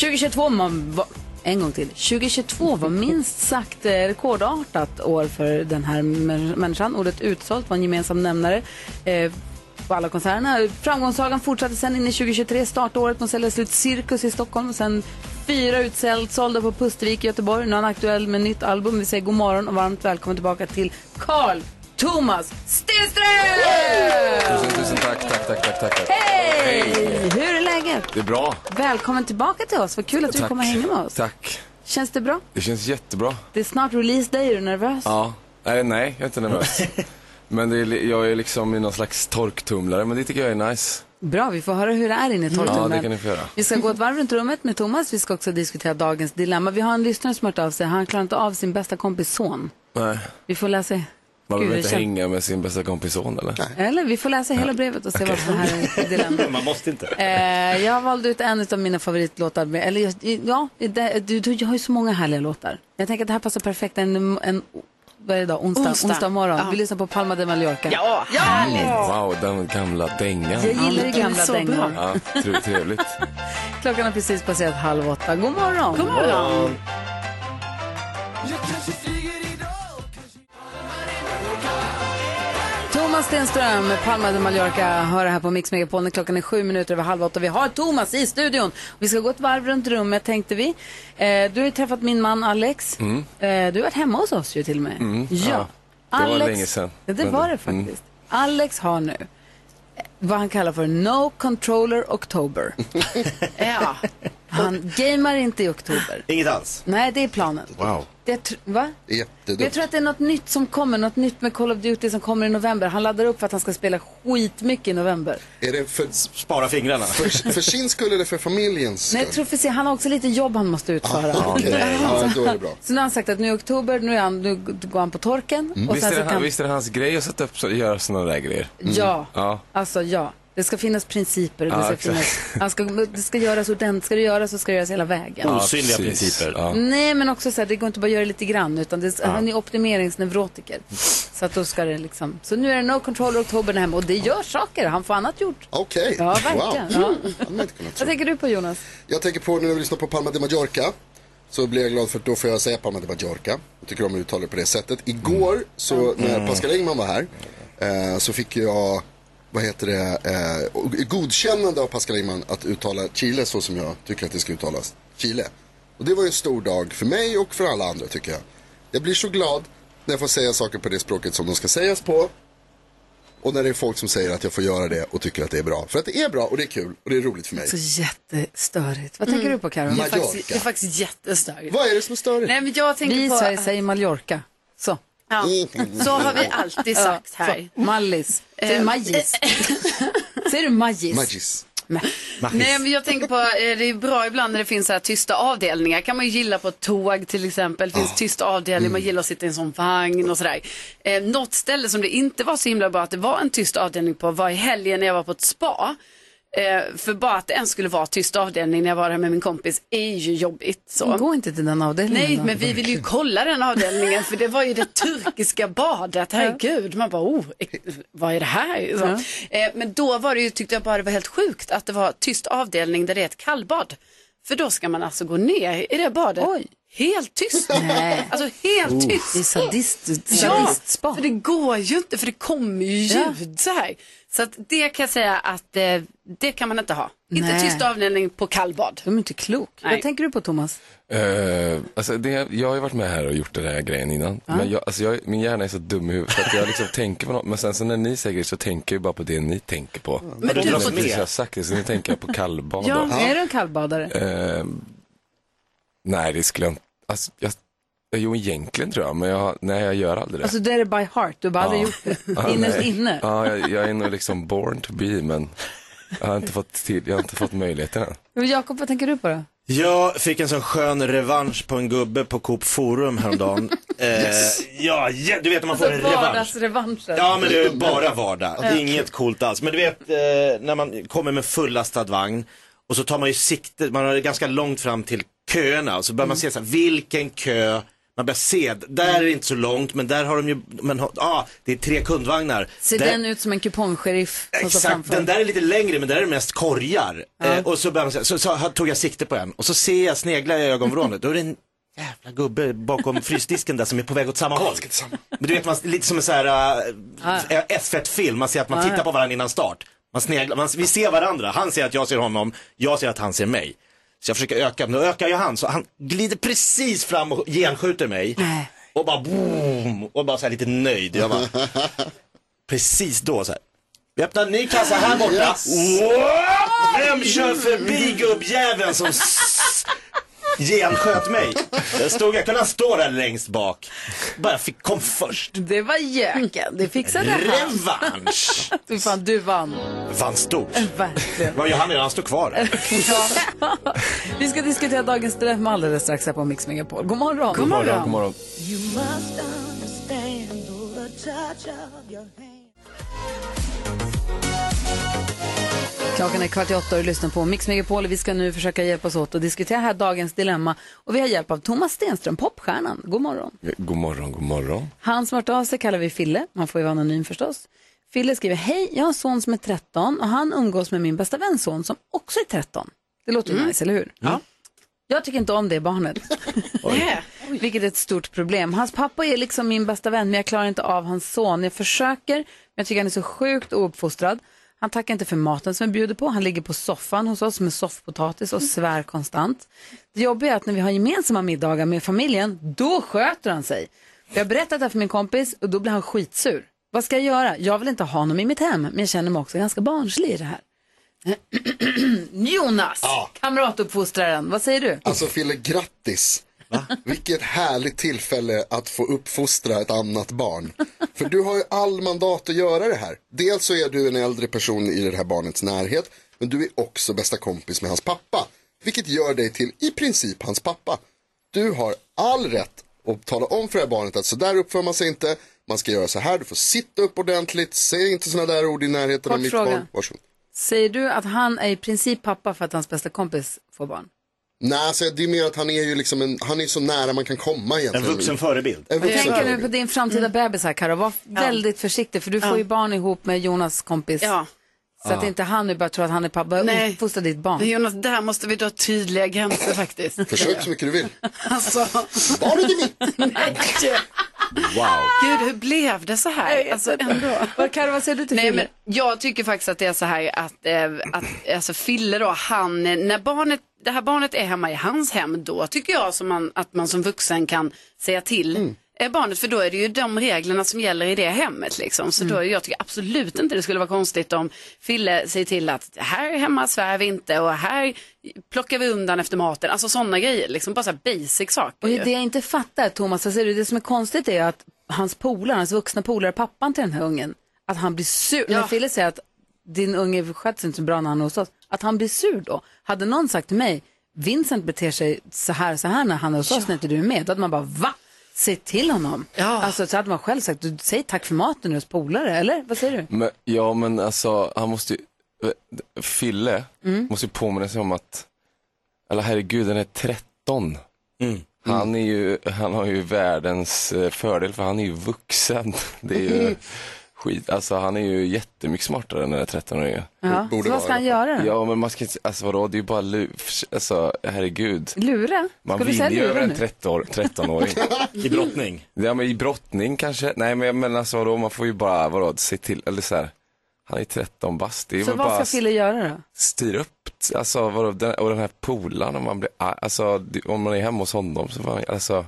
2022 var minst sagt rekordartat år för den här människan. Ordet utsålt var en gemensam nämnare på alla konserterna. Framgångssagan fortsatte sen in i 2023, startåret. De säljer slut Cirkus i Stockholm och sen 4 utsålda på Pustervik i Göteborg. Nu är han aktuell med nytt album. Vi säger god morgon och varmt välkommen tillbaka till Carl Thomas Stenström! Tusen tack. Hej! Hur är läget? Det är bra. Välkommen tillbaka till oss. Vad kul att du kommer hänga med oss. Tack. Känns det bra? Det känns jättebra. Det är snart release day. Är du nervös? Ja. Nej, jag är inte nervös. Men jag är liksom i någon slags torktumlare, men det tycker jag är nice. Bra, vi får höra hur det är inne i torktumlaren. Ja, det kan ni få göra. Vi ska gå ett varv runt rummet med Thomas. Vi ska också diskutera dagens dilemma. Vi har en lyssnare som har hört av sig. Han klarar inte av sin bästa kompis son. Nej. Vi får läsa. Man behöver inte hänga med sin bästa kompis son, eller? Nej. Eller vi får läsa hela brevet och se vad det här är för dilemma. Man måste inte. Jag valde ut en av mina favoritlåtar. Eller du har ju så många härliga låtar. Jag tänker att det här passar perfekt. Vad är det idag? Onsdag morgon. Vi lyssnar på Palma de Mallorca. Ja! Wow, den gamla dängan. Jag gillar det gamla dängan. Ja, trevligt. Klockan har precis passerat 7:30. God morgon! God morgon! Thomas Stenström, Palma de Mallorca, hör här på Mix Megapol. Klockan är 7:07. Vi har Thomas i studion. Vi ska gå ett varv runt rummet, tänkte vi. Du har ju träffat min man Alex. Du har varit hemma hos oss ju till och med. Ja. Det Alex, var länge sedan. Det var det faktiskt. Alex har nu vad han kallar för No Controller October. Ja. Han gamer inte i oktober. Inget alls. Nej, det är planen. Wow. Va? Jättedumt. Jag tror att det är något nytt som kommer. Något nytt med Call of Duty som kommer i november. Han laddar upp för att han ska spela skitmycket i november. Är det för spara fingrarna? För sin skull eller för familjens skull? Nej, jag tror för sig. Han har också lite jobb han måste utföra. Ja, då är det bra. Så nu har han sagt att nu i oktober, nu går han på torken. Och Visst är det hans grej att sätta upp och göra sådana där grejer? Ja, alltså ja. Det ska finnas principer. Det ska göras ordentligt. Ska det göras så ska det göras hela vägen. Osynliga principer. Ja. Nej, men också så här, det går inte bara att göra lite grann. Utan han är optimeringsneurotiker. Så att då ska det liksom... Så nu är det No Control oktober hemma. Och det gör saker. Han får annat gjort. Okej. Ja, verkligen. Wow. Ja. Vad tänker du på, Jonas? Jag tänker på när vi lyssnar på Palma de Mallorca. Så blir jag glad för att då får jag säga Palma de Mallorca. Jag tycker om att uttala det på det sättet. Igår, så när Pascal Engman var här, så fick jag... godkännande av Pascal Engman att uttala Chile så som jag tycker att det ska uttalas. Chile. Och det var ju en stor dag för mig och för alla andra, tycker jag. Jag blir så glad när jag får säga saker på det språket som de ska sägas på. Och när det är folk som säger att jag får göra det och tycker att det är bra. För att det är bra och det är kul och det är roligt för mig. Så jättestörigt. Vad tänker du på, Karo? Det är faktiskt jättestörigt. Vad är det som är störigt? Nej, men jag tänker vi på... Sverige säger Mallorca. Så. Ja, så har vi alltid sagt här. Mallis. Säger Magis. Säger du Magis? Magis. Nej, men jag tänker på, det är bra ibland när det finns så här tysta avdelningar. Kan man ju gilla på tåg till exempel. Det finns tysta avdelningar, man gillar att sitta i en sån vagn och sådär. Något ställe som det inte var så himla bra att det var en tyst avdelning på var i helgen när jag var på ett spa. För bara att det ens skulle vara tyst avdelning när jag var där med min kompis är ju jobbigt. Så. Gå inte till den avdelningen. Nej, men vi ville ju kolla den avdelningen för det var ju det turkiska badet. Herregud, man bara, vad är det här? Så. Men då var det ju, tyckte jag bara det var helt sjukt att det var tyst avdelning där det är ett kallbad. För då ska man alltså gå ner i det badet. Oj. Helt tyst. Nej. Alltså helt tyst. Det är sadistspa. Ja, för det går ju inte, för det kommer ju ljud så här. Så att det kan jag säga att det kan man inte ha. Nej. Inte tyst avdelning på kallbad. De är inte klok. Nej. Vad tänker du på, Thomas? Alltså jag har ju varit med här och gjort den här grejen innan. Men min hjärna är så dum i huvudet för att jag liksom tänker på något. Men sen så när ni säger det så tänker jag bara på det ni tänker på. Men du har jag har sagt det, så nu tänker jag på kallbad. Är du en kallbadare? Nej, det skulle jag inte. Alltså, jo, egentligen tror jag, men jag gör aldrig det. Alltså det är det by heart, du har bara aldrig gjort det. Innerst inne. Ja, jag är nog liksom born to be, men jag har inte fått möjligheten än. Jakob, vad tänker du på då? Jag fick en sån skön revansch på en gubbe på Coop Forum häromdagen. Ja, du vet om man får en revansch. Vardagsrevanschen. Ja, men det är bara vardag. Det är inget coolt alls. Men du vet, när man kommer med fullastad vagn och så tar man ju sikte, man har det ganska långt fram till köerna och så börjar man se så här, vilken kö. Man börjar se, där är det inte så långt, men där har de ju, det är 3 kundvagnar. Ser den ut som en kupongsheriff? Exakt, den där är lite längre, men där är det mest korgar. Och så, börjar man se, så tog jag sikte på en, och så ser jag sneglar i ögonvrånet, då är det en jävla gubbe bakom frysdisken där som är på väg åt samma håll. Men du vet, man, lite som en så här F1-film, man ser att man tittar på varandra innan start. Man sneglar, vi ser varandra, han ser att jag ser honom, jag ser att han ser mig. Så jag försöker öka, men då ökar jag han. Så han glider precis fram och genskjuter mig. Nej. Och bara boom. Och bara så här lite nöjd. Jag bara, precis då så här. Vi öppnar en ny kassa här borta. Yes. Vem kör förbi gubbjäveln som gensköt mig? Jag kunde stå där längst bak. Bara kom först. Det var jäkeln. Det fixade han. Revansch. Du vann. Vann stort. Verkligen. Vad gör han när han står kvar? Ja. Vi ska diskutera dagens dilemma alldeles strax här på Mix Megapol. God morgon. God morgon. God morgon. You must understand the touch of your hand. Klockan är 7:15 och lyssnar på Mix Megapol. Vi ska nu försöka hjälpas åt och diskutera här dagens dilemma. Och vi har hjälp av Thomas Stenström, popstjärnan. God morgon. God morgon, god morgon. Han som har av sig kallar vi Fille. Man får ju vara anonym förstås. Fille skriver, hej, jag har en son som är 13 och han umgås med min bästa väns son som också är 13. Det låter ju nice, eller hur? Ja. Jag tycker inte om det barnet. Vilket är ett stort problem. Hans pappa är liksom min bästa vän, men jag klarar inte av hans son. Jag försöker, men jag tycker han är så sjukt ouppfostrad. Han tackar inte för maten som jag bjuder på. Han ligger på soffan hos oss med soffpotatis och svär konstant. Det jobbiga är att när vi har gemensamma middagar med familjen, då sköter han sig. Jag har berättat det för min kompis och då blir han skitsur. Vad ska jag göra? Jag vill inte ha honom i mitt hem, men jag känner mig också ganska barnslig i det här. Jonas, kamratuppfostraren, vad säger du? Alltså Fille, grattis. Vilket härligt tillfälle att få uppfostra ett annat barn. För du har ju all mandat att göra det här. Dels så är du en äldre person i det här barnets närhet, men du är också bästa kompis med hans pappa. Vilket gör dig till i princip hans pappa. Du har all rätt att tala om för det här barnet att så där uppför man sig inte. Man ska göra så här, du får sitta upp ordentligt. Säg inte såna där ord i närheten av mitt barn. Varsågod. Säger du att han är i princip pappa för att hans bästa kompis får barn? Nej, alltså, det är mer att han är ju liksom han är så nära man kan komma egentligen. En vuxen förebild. Jag tänker nu på din framtida bebis här, Karo. Var väldigt försiktig, för du får ju barn ihop med Jonas kompis. Ja. Så att inte han nu bara tror att han är pappa och uppfostrar ditt barn. Men Jonas, där måste vi dra tydliga gränser faktiskt. Försök så mycket du vill. Alltså. Barnet är mitt. Wow. Gud, hur blev det så här? Alltså ändå. Karo, vad säger du till Fille? Jag tycker faktiskt att det är så här att alltså Fille då, när det här barnet är hemma i hans hem, då tycker jag att man som vuxen kan säga till barnet, för då är det ju de reglerna som gäller i det hemmet liksom. Så då, jag tycker absolut inte det skulle vara konstigt om Fille säger till att här hemma svär vi inte och här plockar vi undan efter maten. Alltså sådana grejer, liksom bara så här basic saker. Och det jag inte fattar, Thomas, vad säger du? Det som är konstigt är att hans vuxna polare, pappan till den här ungen, att han blir sur. När Fille säger att din unge sköts inte så bra när han är hos oss, att han blir sur då. Hade någon sagt till mig, Vincent beter sig så här när han är hos oss när inte du är med, då hade man bara, va? Säg till honom. Ja. Alltså så hade man själv sagt, du säger tack för maten hos polare, eller? Vad säger du? Men alltså, han måste ju, Fille måste ju påminna sig om att, eller herregud, den är 13. Han har ju världens fördel, för han är ju vuxen. Det är ju skit. Alltså han är ju jättemycket smartare än den där 13-åringen. Ja. Så vad ska han göra då? Ja, men man ska inte, alltså vadå, det är ju bara alltså herregud. Lura? Man vinner ju över en 13-åring. I brottning? Ja, men i brottning kanske. Nej, men alltså vadå, man får ju bara, se till, eller så här. Han är 13 bast. Det är så vad ska Fille göra då? Styr upp, alltså vadå, och den här polaren, om man blir, alltså om man är hemma hos honom så var alltså.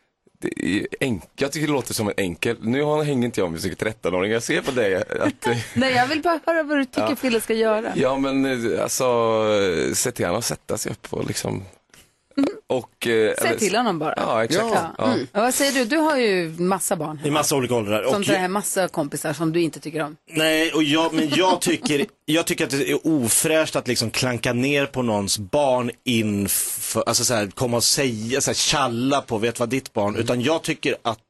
Jag tycker det låter som en enkel. Nu hänger inte jag med 13-åring. Jag ser på dig att nej, jag vill bara höra vad du tycker Fille ska göra. Ja, men alltså sätt till honom och sätta sig upp och liksom och säg till honom bara. Ja, exakt. Ja. Vad säger du? Du har ju massa barn. I massa olika åldrar. Som det här massa kompisar som du inte tycker om. Nej, men jag tycker att det är ofräscht att liksom klanka ner på någons barn inför, alltså så här, komma och säga, så här, tjalla på, vet vad ditt barn, utan jag tycker att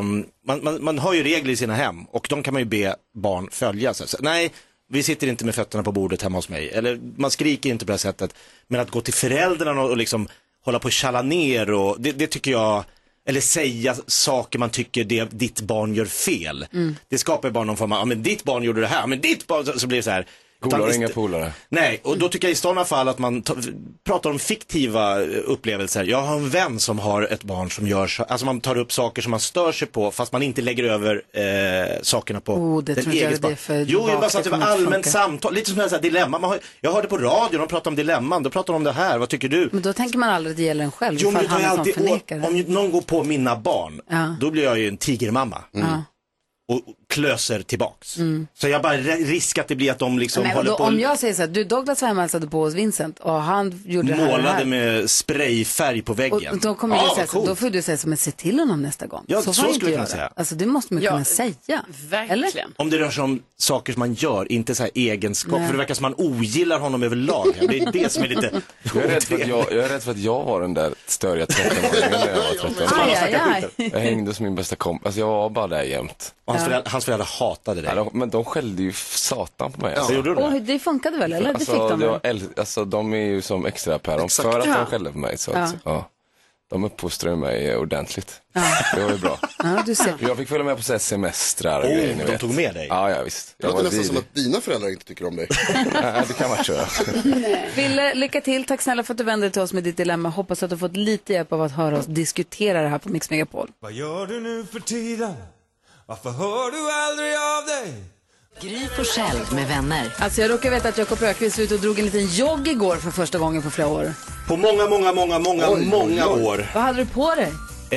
man har ju regler i sina hem och de kan man ju be barn följa. Så nej, vi sitter inte med fötterna på bordet hemma hos mig, eller man skriker inte på det här sättet, men att gå till föräldrarna och liksom hålla på och tjalla ner och det tycker jag, eller säga saker man tycker ditt barn gör fel. Det skapar ju bara någon form av, men ditt barn gjorde det här, men ditt barn, så blir det så här. Polare, inga polare. Nej, och då tycker jag i sådana fall att man pratar om fiktiva upplevelser. Jag har en vän som har ett barn som gör så, alltså man tar upp saker som man stör sig på, fast man inte lägger över sakerna på det den eget barn. Jo, det var så att det var allmänt samtal, lite som ett dilemma. Jag hörde på radio, de pratade om dilemman, då pratar de om det här, vad tycker du? Men då tänker man aldrig att det gäller en själv. Jo, men han alltid, om någon går på mina barn, då blir jag ju en tigermamma. Och klöser tillbaks. Så jag bara risk att det blir att de liksom håller på. Om jag säger så här, du Douglas var hemma hälsade på hos Vincent och han gjorde målade med sprayfärg på väggen. Och då kommer jag säga så, då får du säga som se till honom nästa gång. Ja, så får skulle jag kunna säga. Alltså det måste man kunna säga. Verkligen. Eller? Om det rör sig om saker som man gör, inte så här egenskap. Nej. För det verkar som man ogillar honom överlag. Det är det som är lite. Jag är rädd för att jag var den där störiga 13-åringen när jag var 13. Jag hängde som min bästa kompis. Alltså jag var bara där jämt. Och hans föräldrar hatade dig. Ja, men de skällde ju satan på mig. Ja. Gjorde och det funkade väl, eller? Alltså, det fick de de är ju som extra päron för att de skällde på mig. Så att, de uppfostrade mig ordentligt. Det var ju bra. Ja, du ser. Jag fick följa med på semestrar och grejer. De tog med dig? Ja, visst. Det låter nästan som att dina föräldrar inte tycker om dig. Nej, det kan vara så. Ville, lycka till. Tack snälla för att du vände dig till oss med ditt dilemma. Hoppas att du har fått lite hjälp av att höra oss diskutera det här på Mix Megapol. Vad gör du nu för tiden? Varför hör du aldrig av dig? Gry Forssell med vänner. Alltså jag råkar veta att Jakob Öqvist var ute och drog en liten jogg igår för första gången på flera år. På många år. Vad hade du på dig?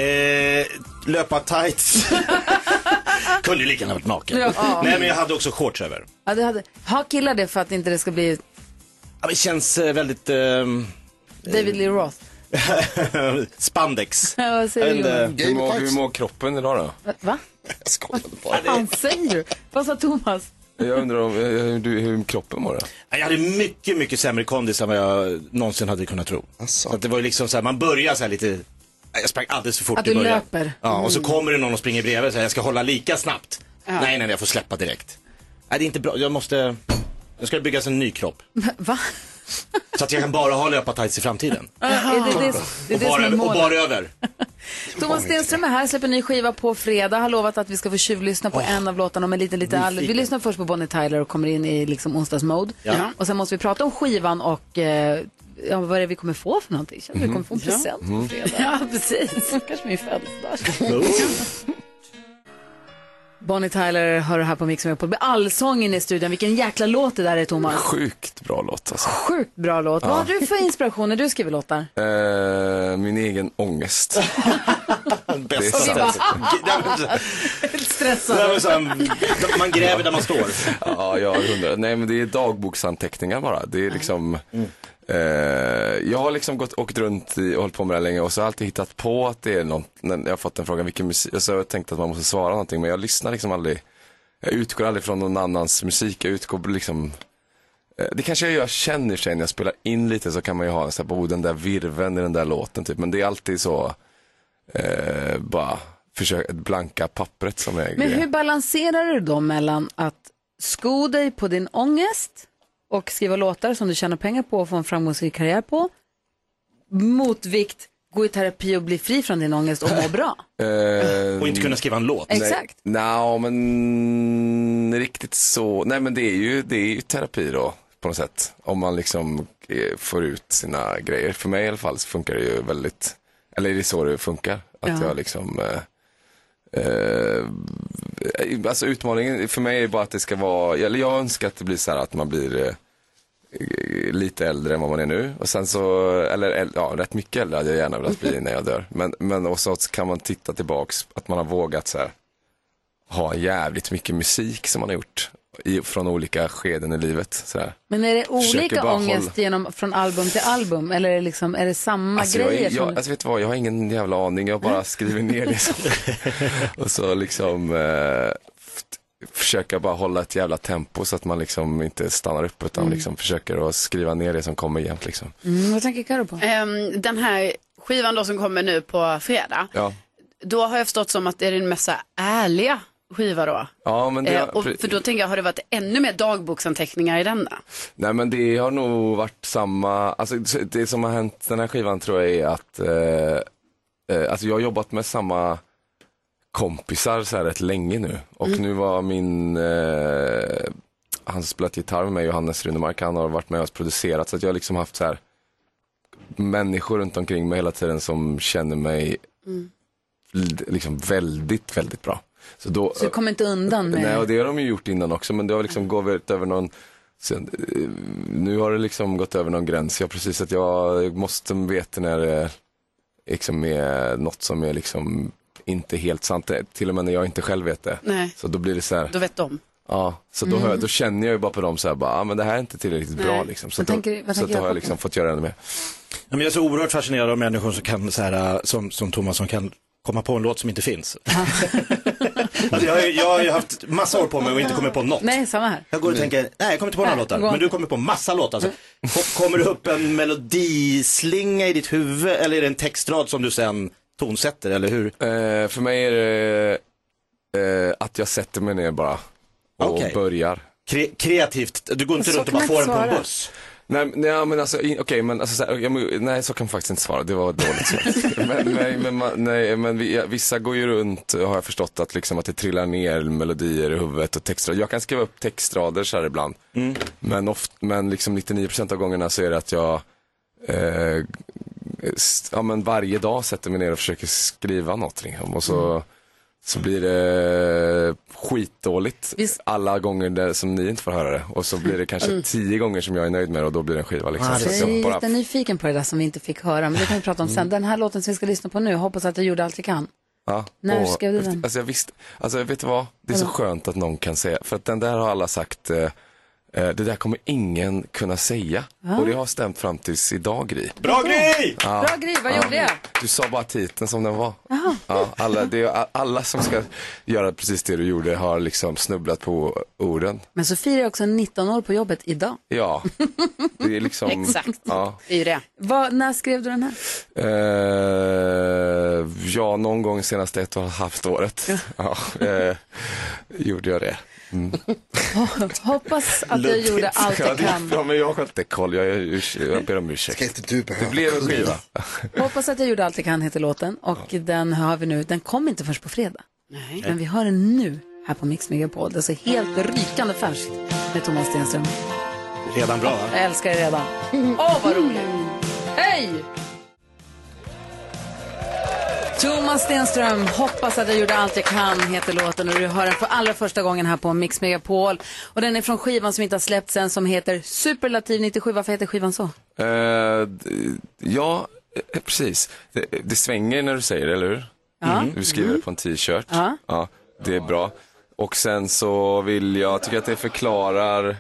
Löpa tights. Kunde ju lika gärna varit naken. Nej, men jag hade också shorts över. Ja, du hade. Ha killar det för att inte det ska bli. Ja, det känns väldigt. David Lee Roth. Spandex. Ja, vad säger du? Hur mår kroppen idag då? Va? Jag skojade bara. Vad fan säger du? Vad sa Thomas? Jag undrar om hur kroppen mår då? Jag hade mycket, mycket sämre kondis än vad jag någonsin hade kunnat tro. Så att det var ju liksom så här, man börjar så här lite. Jag sprang alldeles för fort att i början. Att du löper. Ja, och så kommer det någon och springer bredvid och säger jag ska hålla lika snabbt. Ja. Nej, jag får släppa direkt. Nej, det är inte bra. Jag ska byggas en ny kropp. Va? Så att jag kan bara ha löpartights i framtiden. Det och bara över. Thomas Stenström är här, släpper ny skiva på fredag. Har lovat att vi ska få tjuvlyssna på en av låtarna om en liten vi lyssnar först på Bonnie Tyler och kommer in i liksom onsdagsmode. Ja. Och sen måste vi prata om skivan och vad är det vi kommer få för någonting? Känner vi kommer få en present på fredag. Ja, precis. Kanske min födelsedag. Bonnie Tyler hör här på Mix Megapol. Allsången i studion. Vilken jäkla låt det där är, Thomas. Sjukt bra låt alltså. Sjukt bra låt. Vad har du för inspiration när du skriver låtar? Min egen ångest. Bästa. Stressad. Man gräver där man står. Ja, jag undrar. Nej, men det är dagboksanteckningar bara. Det är liksom... jag har liksom åkt runt och hållit på med det länge och så har jag alltid hittat på att det är något, när jag har fått en fråga vilken musik, så har jag tänkt att man måste svara någonting, men jag lyssnar liksom aldrig, jag utgår aldrig från någon annans musik, jag utgår liksom, det kanske jag känner sig när jag spelar in lite, så kan man ju ha så här, den där virven i den där låten typ, men det är alltid så bara försöka blanka pappret som är. Men hur balanserar du då mellan att sko dig på din ångest och skriva låtar som du tjänar pengar på och få en framgångsrik karriär på, motvikt, gå i terapi och bli fri från din ångest och må bra? Och inte kunna skriva en låt. Exakt. Nej, men riktigt så. Nej, men det är ju terapi då på något sätt. Om man liksom får ut sina grejer. För mig i alla fall så funkar det ju väldigt, eller är det så det funkar? Att jag liksom alltså utmaningen för mig är bara att det ska vara, eller jag önskar att det blir så här att man blir lite äldre än vad man är nu och sen så, eller ja, rätt mycket äldre hade jag gärna velat bli när jag dör, men också kan man titta tillbaks att man har vågat så här, ha jävligt mycket musik som man har gjort från olika skeden i livet så här. Men är det olika ångest från album till album eller är det, liksom, är det samma grejer? Alltså vet du vad, jag har ingen jävla aning, jag bara skriver ner det och så liksom försöka bara hålla ett jävla tempo så att man liksom inte stannar upp utan liksom försöker att skriva ner det som kommer jämt liksom. Vad tänker Karo på? Den här skivan då som kommer nu på fredag, då har jag förstått som att det är den mest ärliga skiva då. Ja, men det för då tänker jag, har det varit ännu mer dagboksanteckningar i denna? Nej, men det har nog varit samma, alltså det som har hänt den här skivan tror jag är att alltså jag har jobbat med samma kompisar så här rätt länge nu och nu var min han som spelat gitarr med mig, Johannes Runemark, han har varit med och producerat, så att jag har liksom haft så här människor runt omkring mig hela tiden som känner mig liksom väldigt, väldigt bra. Så du kommer inte undan med... Nej, och det har de ju gjort innan också, men det har liksom gått över någon... Sen, nu har det liksom gått över någon gräns. Jag precis att jag måste veta när det liksom är något som är liksom inte helt sant. Till och med när jag inte själv vet det. Nej. Så då blir det så här... Då vet de. Ja, så då känner jag ju bara på dem så här, bara, men det här är inte tillräckligt bra liksom. Så då har jag liksom fått göra det med. Ja, men jag är så oerhört fascinerad av människor som kan så här, som Thomas, som kan komma på en låt som inte finns. Alltså jag har ju haft massa år på mig och inte kommit på något. Nej, samma här. Jag går och tänker, nej jag kommer inte på några låtar. Men du kommer på massa låtar. Alltså, kommer det upp en melodislinga i ditt huvud eller är det en textrad som du sen tonsätter, eller hur? För mig är det att jag sätter mig ner bara och börjar. Kreativt, du går inte runt och bara får den på en buss. Nej, men alltså, okej, men alltså, så här, nej, så kan man faktiskt inte svara. Det var dåligt. Men vissa går ju runt, har jag förstått, att liksom att det trillar ner melodier i huvudet och textrader. Jag kan skriva upp textrader så här ibland. Men liksom 99% av gångerna så är det att jag men varje dag sätter mig ner och försöker skriva något liksom. Och så blir det skitdåligt alla gånger som ni inte får höra det. Och så blir det kanske 10 gånger som jag är nöjd med det, och då blir det en skiva liksom. Jag är lite nyfiken på det där som vi inte fick höra, men det kan vi prata om sen. Den här låten som vi ska lyssna på nu, hoppas att jag gjorde allt jag kan. Ja. När skrev du den? Alltså jag visste, alltså vet du vad? Det är så skönt att någon kan säga, för att den där har alla sagt Det där kommer ingen kunna säga. Och det har stämt fram tills idag, Gry. Bra Gry! Bra Gry, vad gjorde jag? Du sa bara titeln som den var. Ja, alla som ska göra precis det du gjorde har liksom snubblat på orden. Men så firar jag också 19 år på jobbet idag. Ja, det är liksom... Exakt, ja. det är ju det. När skrev du den här? Ja, någon gång senaste 1,5 året. Ja, gjorde jag det. Hoppas att jag gjorde allt jag kan. Ja, men jag har inte koll, jag ber om ursäkt. Ska inte du behöva? Det blev en skiva. Hoppas att jag gjorde allt jag kan heter låten. Och den har vi nu, den kom inte först på fredag. Nej. Men vi har den nu här på Mix Megapol. Det är så helt rykande färskt med Thomas Stenström. Redan bra, va? Jag älskar det redan. Vad roligt. Hej! Thomas Stenström, hoppas att jag gjorde allt jag kan heter låten, och du hör den för allra första gången här på Mix Megapol. Och den är från skivan som inte har släppts än, som heter Superlativ 97. Varför heter skivan så? Ja, precis. Det svänger när du säger det, eller hur? Du skriver det på en t-shirt. Ja, det är bra. Och sen så tycker att det förklarar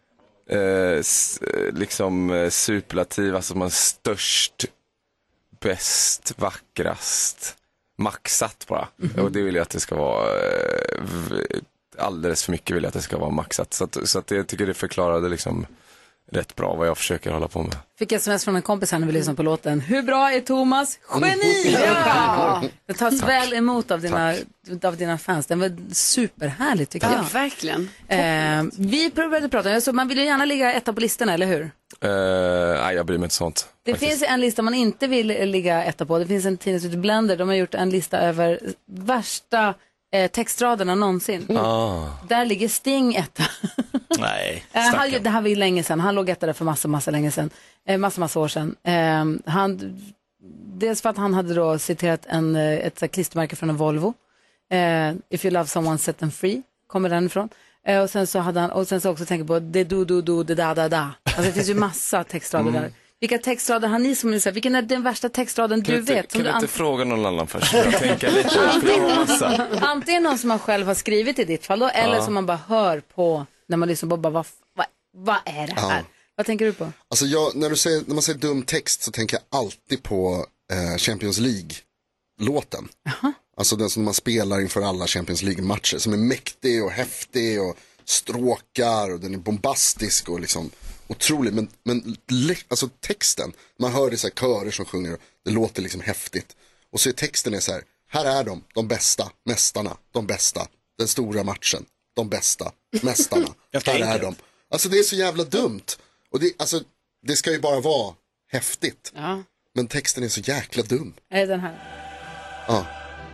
liksom superlativ, alltså man störst, bäst, vackrast, maxat bara. Och det vill jag att det ska vara alldeles för mycket, vill jag att det ska vara maxat. Så att jag tycker det förklarade liksom rätt bra vad jag försöker hålla på med. Fick sms från en kompis här när vi lyssnade på låten. Hur bra är Thomas? Geni! Ja! Det tas väl emot av dina fans. Den var superhärlig tycker jag. Ja, verkligen. Vi började prata, så man vill ju gärna ligga etta på listorna, eller hur? Nej, jag bryr mig inte sånt. Det finns en lista man inte vill ligga etta på. Det finns en tidning som heter Blender. De har gjort en lista över värsta textraderna någonsin. Där ligger Sting etta. Nej, det här var ju länge sedan. Han låg etta där för massa länge sedan. Massa år sedan. Dels för att han hade då citerat ett klistermärke från en Volvo. If you love someone, set them free. Kommer den ifrån. Och sen så hade han, och sen så också tänker på det det da. Alltså det finns ju massa textrader där. Vilka textrader har ni som ni säger? Vilken är den värsta textraden du vet? Kan du inte fråga någon annan först? Jag tänker lite. Antingen någon som man själv har skrivit i ditt fall då, eller som man bara hör på när man lyssnar på bara vad är det här? Vad tänker du på? Alltså när man säger dum text så tänker jag alltid på Champions League-låten. Alltså den som man spelar inför alla Champions League-matcher, som är mäktig och häftig och stråkar, och den är bombastisk och liksom otrolig. Men alltså texten, man hör det så här körer som sjunger, det låter liksom häftigt. Och så är texten så här är de bästa, mästarna, de bästa, den stora matchen, de bästa, mästarna, här är de. Alltså det är så jävla dumt. Och det ska ju bara vara häftigt. Ja. Men texten är så jäkla dum. Är den här? Ja.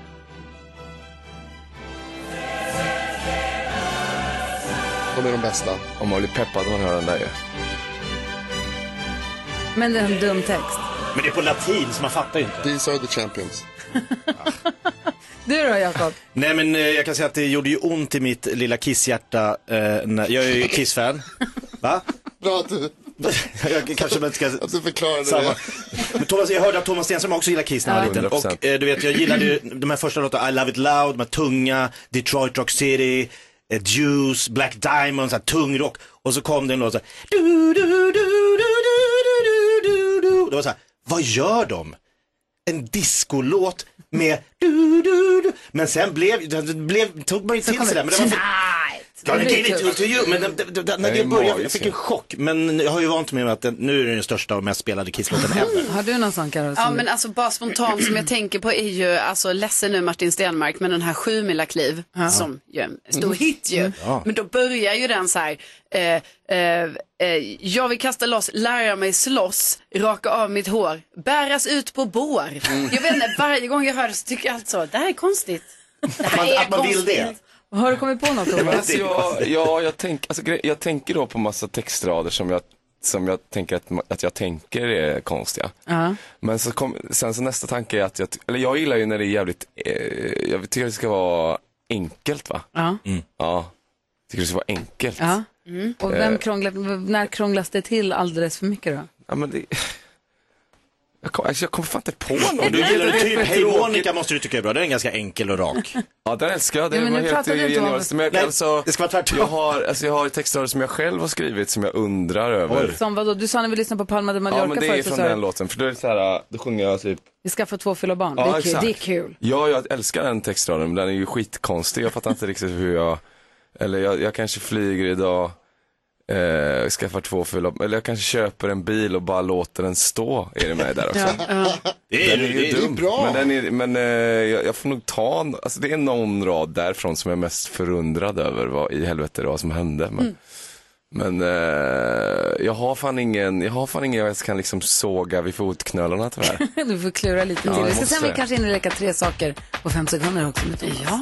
De är de bästa. Om man blir peppad man hör den där ju. Men det är en dum text. Men det är på latin så man fattar ju inte. These are the champions. Du då, Jakob? Nej, men jag kan säga att det gjorde ju ont i mitt lilla Kiss-hjärta. Jag är ju Kiss-fan. Va? Bra att du... Jag kanske inte ska... Att du förklarade samma. det. Men Thomas, jag hörde att Thomas Stenström också gillar Kiss när han var liten. Och du vet, jag gillade ju de här första låtarna, I Love It Loud, de här tunga, Detroit Rock City, Juice, Black Diamond, så här tung rock. Och så kom det en låt så här, det var så här, vad gör de? En discolåt med men sen tog man ju till sig det, men det var när det började, jag fick en chock. Men jag har ju vant mig med att nu är det den största och mest spelade Kiss-låten ever. Har du någon sån, Karo? Ja, men alltså bara spontant som jag tänker på är ju, alltså ledsen nu Martin Stenmark, men den här 7 mila kliv som ju en stor hit ju. Men då börjar ju den så här, jag vill kasta loss, lära mig slåss, raka av mitt hår, bäras ut på bår. Jag vet inte, varje gång jag hör det så tycker jag alltså, det här är konstigt. Det här är att man vill det. Har du kommit på något? Jag tänker då på massa textrader som jag tänker att jag tänker är konstiga. Men sen så nästa tanke är att jag gillar ju när det är jävligt, jag tycker det ska vara enkelt, va? Ja, tycker det ska vara enkelt. Och när krånglas det till alldeles för mycket då? Ja, men Jag kommer fan inte på någon. Du gillar typ Hej Monica måste du tycka är bra. Det är en ganska enkel och rak. Ja, den älskar jag. Det men var nu helt pratar du inte om genialiskt. Men Nej, alltså, det ska vara tvärtom. jag har textrader som jag själv har skrivit som jag undrar över. Som vadå? Du sa när vi lyssnade på Palma de Mallorca Ja, men det är förut, från så den låten. För då är det så här, då sjunger jag typ... Vi ska få 2 fylla barn. Ja, det är kul. exakt. Det är kul. Ja, jag älskar den textraden, men den är ju skitkonstig. Jag fattar inte riktigt hur jag... Eller jag kanske flyger idag, skaffar 2 fylla... Eller jag kanske köper en bil och bara låter den stå. Är det med där också? Det är ju dum. bra. Men jag får nog ta... Alltså det är någon rad därifrån som jag är mest förundrad över vad i helvete det var som hände. Men jag har fan ingen jag kan liksom såga vid fotknölarna tyvärr. Du får klura lite till. Vi ska se om vi kanske hinner leka 3 saker på 5 sekunder också. Ja.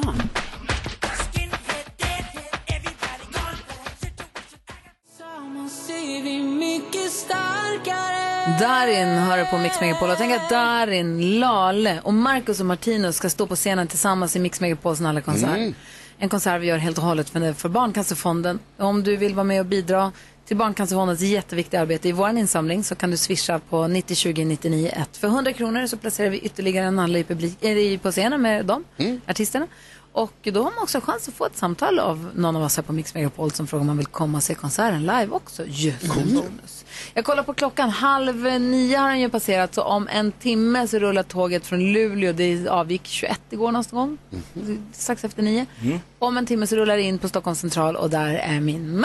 Darin hör på Mix Megapol. Jag tänker att Darin, Lale och Marcus och Martinus ska stå på scenen tillsammans i Mix Megapols alla konserter. En konsert vi gör helt och hållet för Barncancerfonden. Om du vill vara med och bidra till Barncancerfondens jätteviktiga arbete i vår insamling så kan du swisha på 90 20 99 1. För 100 kronor så placerar vi ytterligare en Nalle på scenen med dem, artisterna. Och då har man också chans att få ett samtal av någon av oss här på Mix Megapol som frågar om man vill komma och se konserten live också. Bonus. Jag kollar på klockan, 8:30 har den ju passerat, så om en timme så rullar tåget från Luleå. Det avgick 21 igår någon gång, strax efter 9. Om en timme så rullar det in på Stockholms central och där är min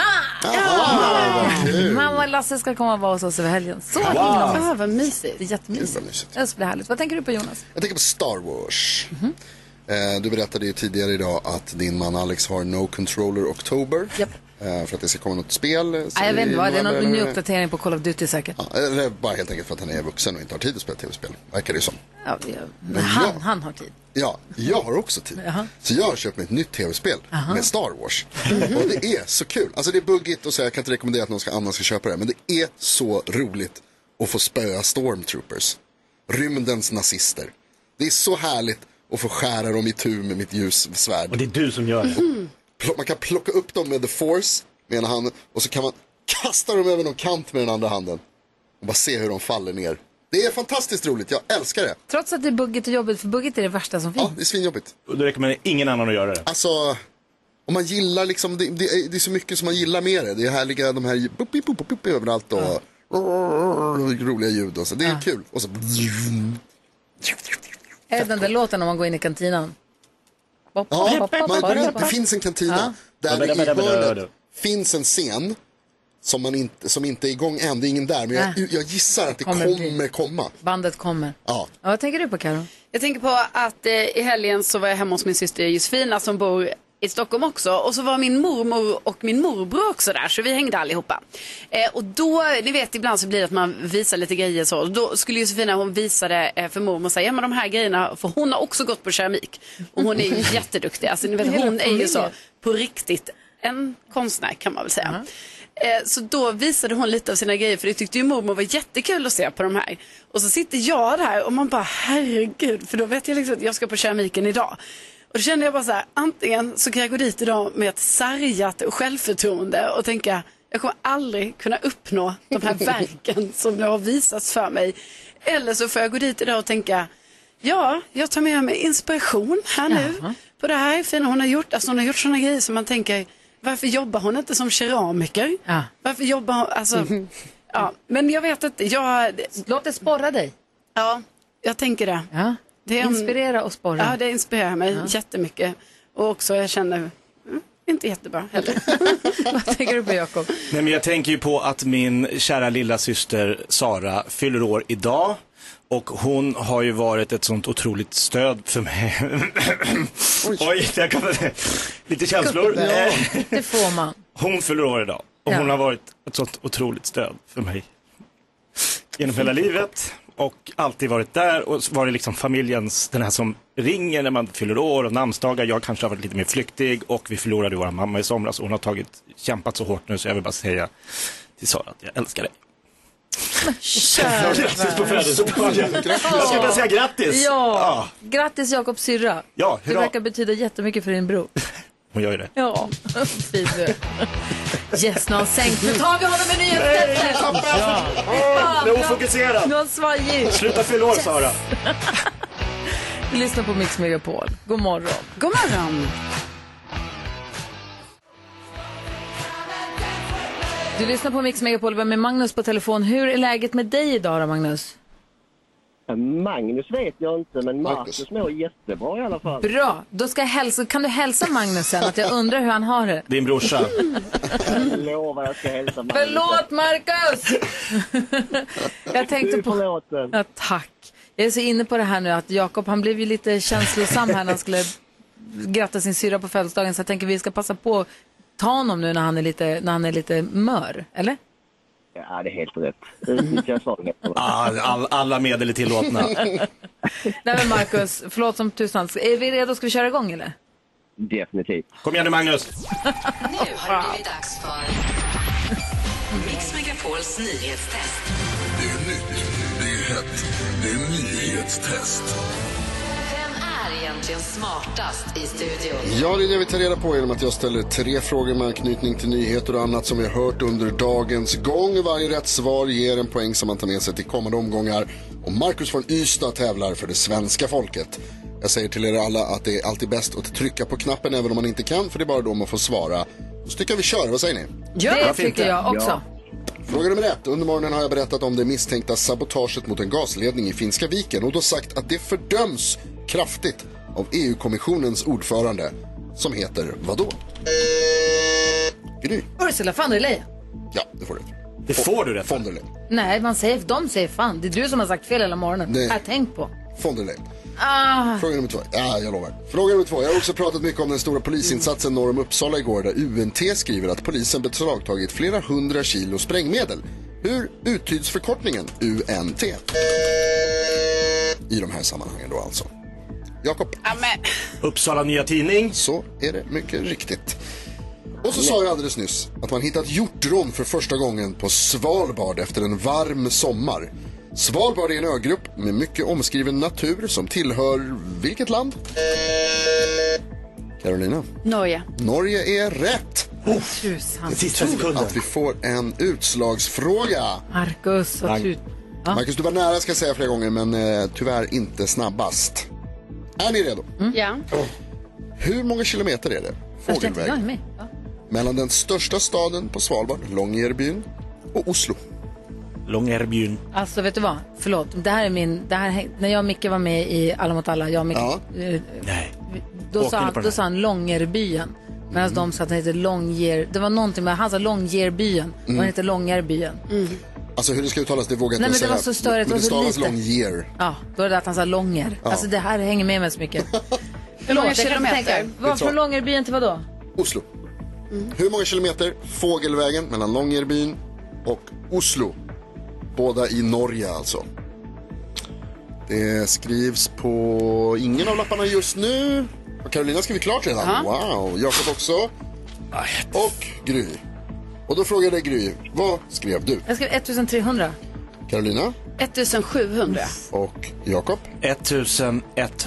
mamma Lasse ska komma och vara hos oss över helgen. Så himla vad mysigt. Det är jättemysigt. Det blir härligt. Vad tänker du på, Jonas? Jag tänker på Star Wars. Du berättade ju tidigare idag att din man Alex har No Controller October. Yep. För att det ska komma något spel. Jag vet inte vad, det är någon ny uppdatering på Call of Duty säkert. Ja, eller bara helt enkelt för att han är vuxen och inte har tid att spela tv-spel. Verkar det som. Ja, han har tid. Ja, jag har också tid. Så jag har köpt mig ett nytt tv-spel med Star Wars. Och det är så kul. Alltså det är buggigt och så jag kan inte rekommendera att någon annan ska köpa det. Men det är så roligt att få spöa Stormtroopers. Rymdens nazister. Det är så härligt och få skära dem i tur med mitt ljussvärd. Och det är du som gör det. Man kan plocka upp dem med the force med ena handen och så kan man kasta dem över någon kant med den andra handen och bara se hur de faller ner. Det är fantastiskt roligt, jag älskar det. Trots att det är buggigt och jobbigt, för buggigt är det värsta som finns. Ja, det är svinjobbigt. Och då rekommenderar ingen annan att göra det. Alltså, om man gillar liksom, det är så mycket som man gillar med det. Det är härliga, de här bup överallt och roliga ljud och så. Det är kul. Och så... Är det den där låten om man går in i kantinan? Det finns en kantina där i hörnet finns en scen som inte är igång än. Det är ingen där, men jag gissar att det kommer komma. Bandet kommer. Ja. Vad tänker du på, Karo? Jag tänker på att i helgen så var jag hemma hos min syster Josefina som bor i Stockholm också. Och så var min mormor och min morbror också där. Så vi hängde allihopa. Och då, ni vet, ibland så blir det att man visar lite grejer så. Och då skulle Josefina, hon visade för mormor och säga, ja men de här grejerna, för hon har också gått på keramik. Och hon är ju jätteduktig. Alltså ni vet, hon är ju så på riktigt en konstnär kan man väl säga. Så då visade hon lite av sina grejer, för det tyckte ju mormor var jättekul att se på de här. Och så sitter jag där och man bara, herregud, för då vet jag liksom att jag ska på keramiken idag. Och då kände jag bara så här, antingen så kan jag gå dit idag med ett sargat självförtroende och tänka, jag kommer aldrig kunna uppnå de här verken som nu har visats för mig. Eller så får jag gå dit idag och tänka, ja, jag tar med mig inspiration här nu på det här fina hon har gjort. Alltså hon har gjort sådana grejer som man tänker, varför jobbar hon inte som keramiker? Ja. Varför jobbar hon, alltså, ja, men jag vet inte, låt det sporra dig. Ja, jag tänker det. Ja. Det inspirera och sporra. Ja, det inspirerar mig jättemycket. Och också jag känner, inte jättebra heller. Vad tänker du på, Jakob? Nej, men jag tänker ju på att min kära lilla syster Sara fyller år idag. Och hon har ju varit ett sånt otroligt stöd för mig. Oj, jag kan lite känslor. Ja, det får man. Hon fyller år idag. Och hon har varit ett sånt otroligt stöd för mig. Genom hela livet. Och alltid varit där. Och var det liksom familjens, den här som ringer när man fyller år och namnsdagar. Jag kanske har varit lite mer flyktig. Och vi förlorade vår mamma i somras. Och hon har kämpat så hårt nu, så jag vill bara säga till Sara att jag älskar dig. Grattis på födelsedagen. Jag ska bara säga grattis. Ja, grattis Jakob syrra. Ja, det verkar betyda jättemycket för din bror. Hon gör ju det. Ja, fint du. Yes, någon sänkt. Nu tar vi honom med nyhetssättet. Han är ofokuserad. Nu är han svajig. Sluta fylla år, Sara. Vi lyssnar på Mix Megapol. God morgon. God morgon. Du lyssnar på Mix Megapol med Magnus på telefon. Hur är läget med dig idag då, Magnus? Magnus vet jag inte, men Marcus mår jättebra i alla fall. Bra, då ska jag hälsa. Kan du hälsa Magnus sen att jag undrar hur han har det? Din brorsa. Jag lovar jag ska hälsa Magnus. Förlåt Marcus! Jag tänkte på... Ja, tack. Jag är så inne på det här nu att Jakob, han blev ju lite känslosam här när han skulle gratta sin syra på födelsedagen, så jag tänker vi ska passa på att ta honom nu när han är lite mör, eller? Ja, det är helt rätt. Alla medel är tillåtna. Nej men Marcus, förlåt som tusan. Är vi redo? Ska vi köra igång eller? Definitivt. Kom igen nu Magnus. Nu har det blivit dags för Mix Megapols nyhetstest. Det är nytt, det är hett, det är nyhetstest. Vem är egentligen smartast i studion? Ja, det är det vi tar reda på genom att jag ställer 3 frågor med anknytning till nyheter och annat som vi har hört under dagens gång. Varje rätt svar ger en poäng som man tar med sig till kommande omgångar. Och Marcus von Ystad tävlar för det svenska folket. Jag säger till er alla att det är alltid bäst att trycka på knappen även om man inte kan, för det är bara då man får svara. Så tycker vi kör, vad säger ni? Ja, det tycker jag också. Ja. Fråga nummer 1. Under morgonen har jag berättat om det misstänkta sabotaget mot en gasledning i Finska viken och då sagt att det fördöms kraftigt av EU-kommissionens ordförande som heter vadå? Gry. Ursula von der Leyen. Ja, det får du. Det får du rätt. Von der Leyen. Nej, de säger fan. Det är du som har sagt fel hela morgonen. Nej. Jag har tänkt på. Von der Leyen. Fråga nummer 2. Ja, jag lovar. Fråga nummer 2. Jag har också pratat mycket om den stora polisinsatsen norr om Uppsala igår, där UNT skriver att polisen beslagtagit flera 100 kilo sprängmedel. Hur uttyds förkortningen UNT? I de här sammanhangen då alltså. Jakob. Uppsala Nya Tidning. Så är det mycket riktigt. Och så sa jag alldeles nyss att man hittat hjortron för första gången på Svalbard efter en varm sommar. Svalbard är en ögrupp med mycket omskriven natur som tillhör vilket land? Carolina? Norge är rätt. Sista sekunden. Att vi får en utslagsfråga. Marcus, Marcus, du var nära ska jag säga flera gånger, men tyvärr inte snabbast. Är ni redo? Ja. Hur många kilometer är det? Fågelväg. Mellan den största staden på Svalbard, Longyearbyen, och Oslo. Longyearbyen. Alltså vet du vad? Förlåt. Det här när jag och Micke var med i Alla mot alla, då sa han Longyearbyen. Medan de sa att den heter Longyear. Det var någonting med han sa Longyearbyen och den heter Longyearbyen. Alltså hur det ska uttalas, det vågar jag inte säga. Det var så störigt, men det stavas lite. Longyear. Ja, då är det att han sa Långer. Ja. Alltså det här hänger med mig så mycket. Hur många kilometer? Från Longyearbyen till vad då? Oslo. Hur många kilometer? Fågelvägen mellan Longyearbyen och Oslo. Båda i Norge alltså. Det skrivs på ingen av lapparna just nu. Och Carolina skriver klart redan. Aha. Wow, Jakob också. Och Gry. Och då frågade jag Gry, vad skrev du? Jag skrev 1300. Carolina? 1700. Och Jakob? 1100.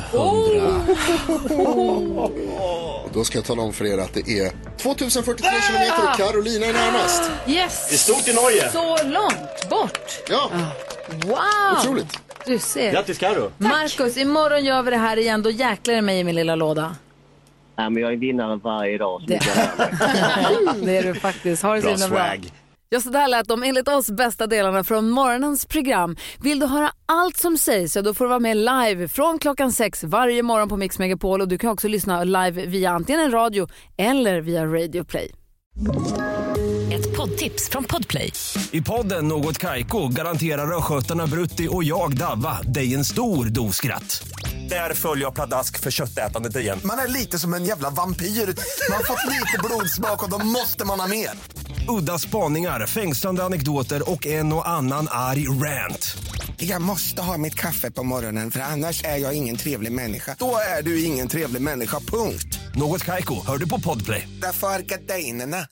Och då ska jag tala om för er att det är 2043 kilometer och Carolina är närmast. Yes! Det är stort i Norge. Så långt bort. Ja. Wow! Otroligt. Du ser. Grattis Karo. Marcus, imorgon gör vi det här igen. Då jäklar det mig i min lilla låda. Nej, men jag är vinnare varje dag. Det är du faktiskt. Har det bra så bra. Ja, så där lät de enligt oss bästa delarna från morgonens program. Vill du höra allt som sägs så då får du vara med live från klockan 6 varje morgon på Mix Megapol. Och du kan också lyssna live via antingen en radio eller via Radio Play. Ett poddtips från Podplay. I podden Något Kaiko garanterar röskötarna Brutti och jag Davva dig en stor doskratt. Där följer jag pladask för köttätandet igen. Man är lite som en jävla vampyr. Man har fått lite blodsmak och då måste man ha mer. Udda spaningar, fängslande anekdoter och en och annan arg rant. Jag måste ha mitt kaffe på morgonen för annars är jag ingen trevlig människa. Då är du ingen trevlig människa, punkt. Något Kaiko, hör du på Podplay. Därför är gardinerna.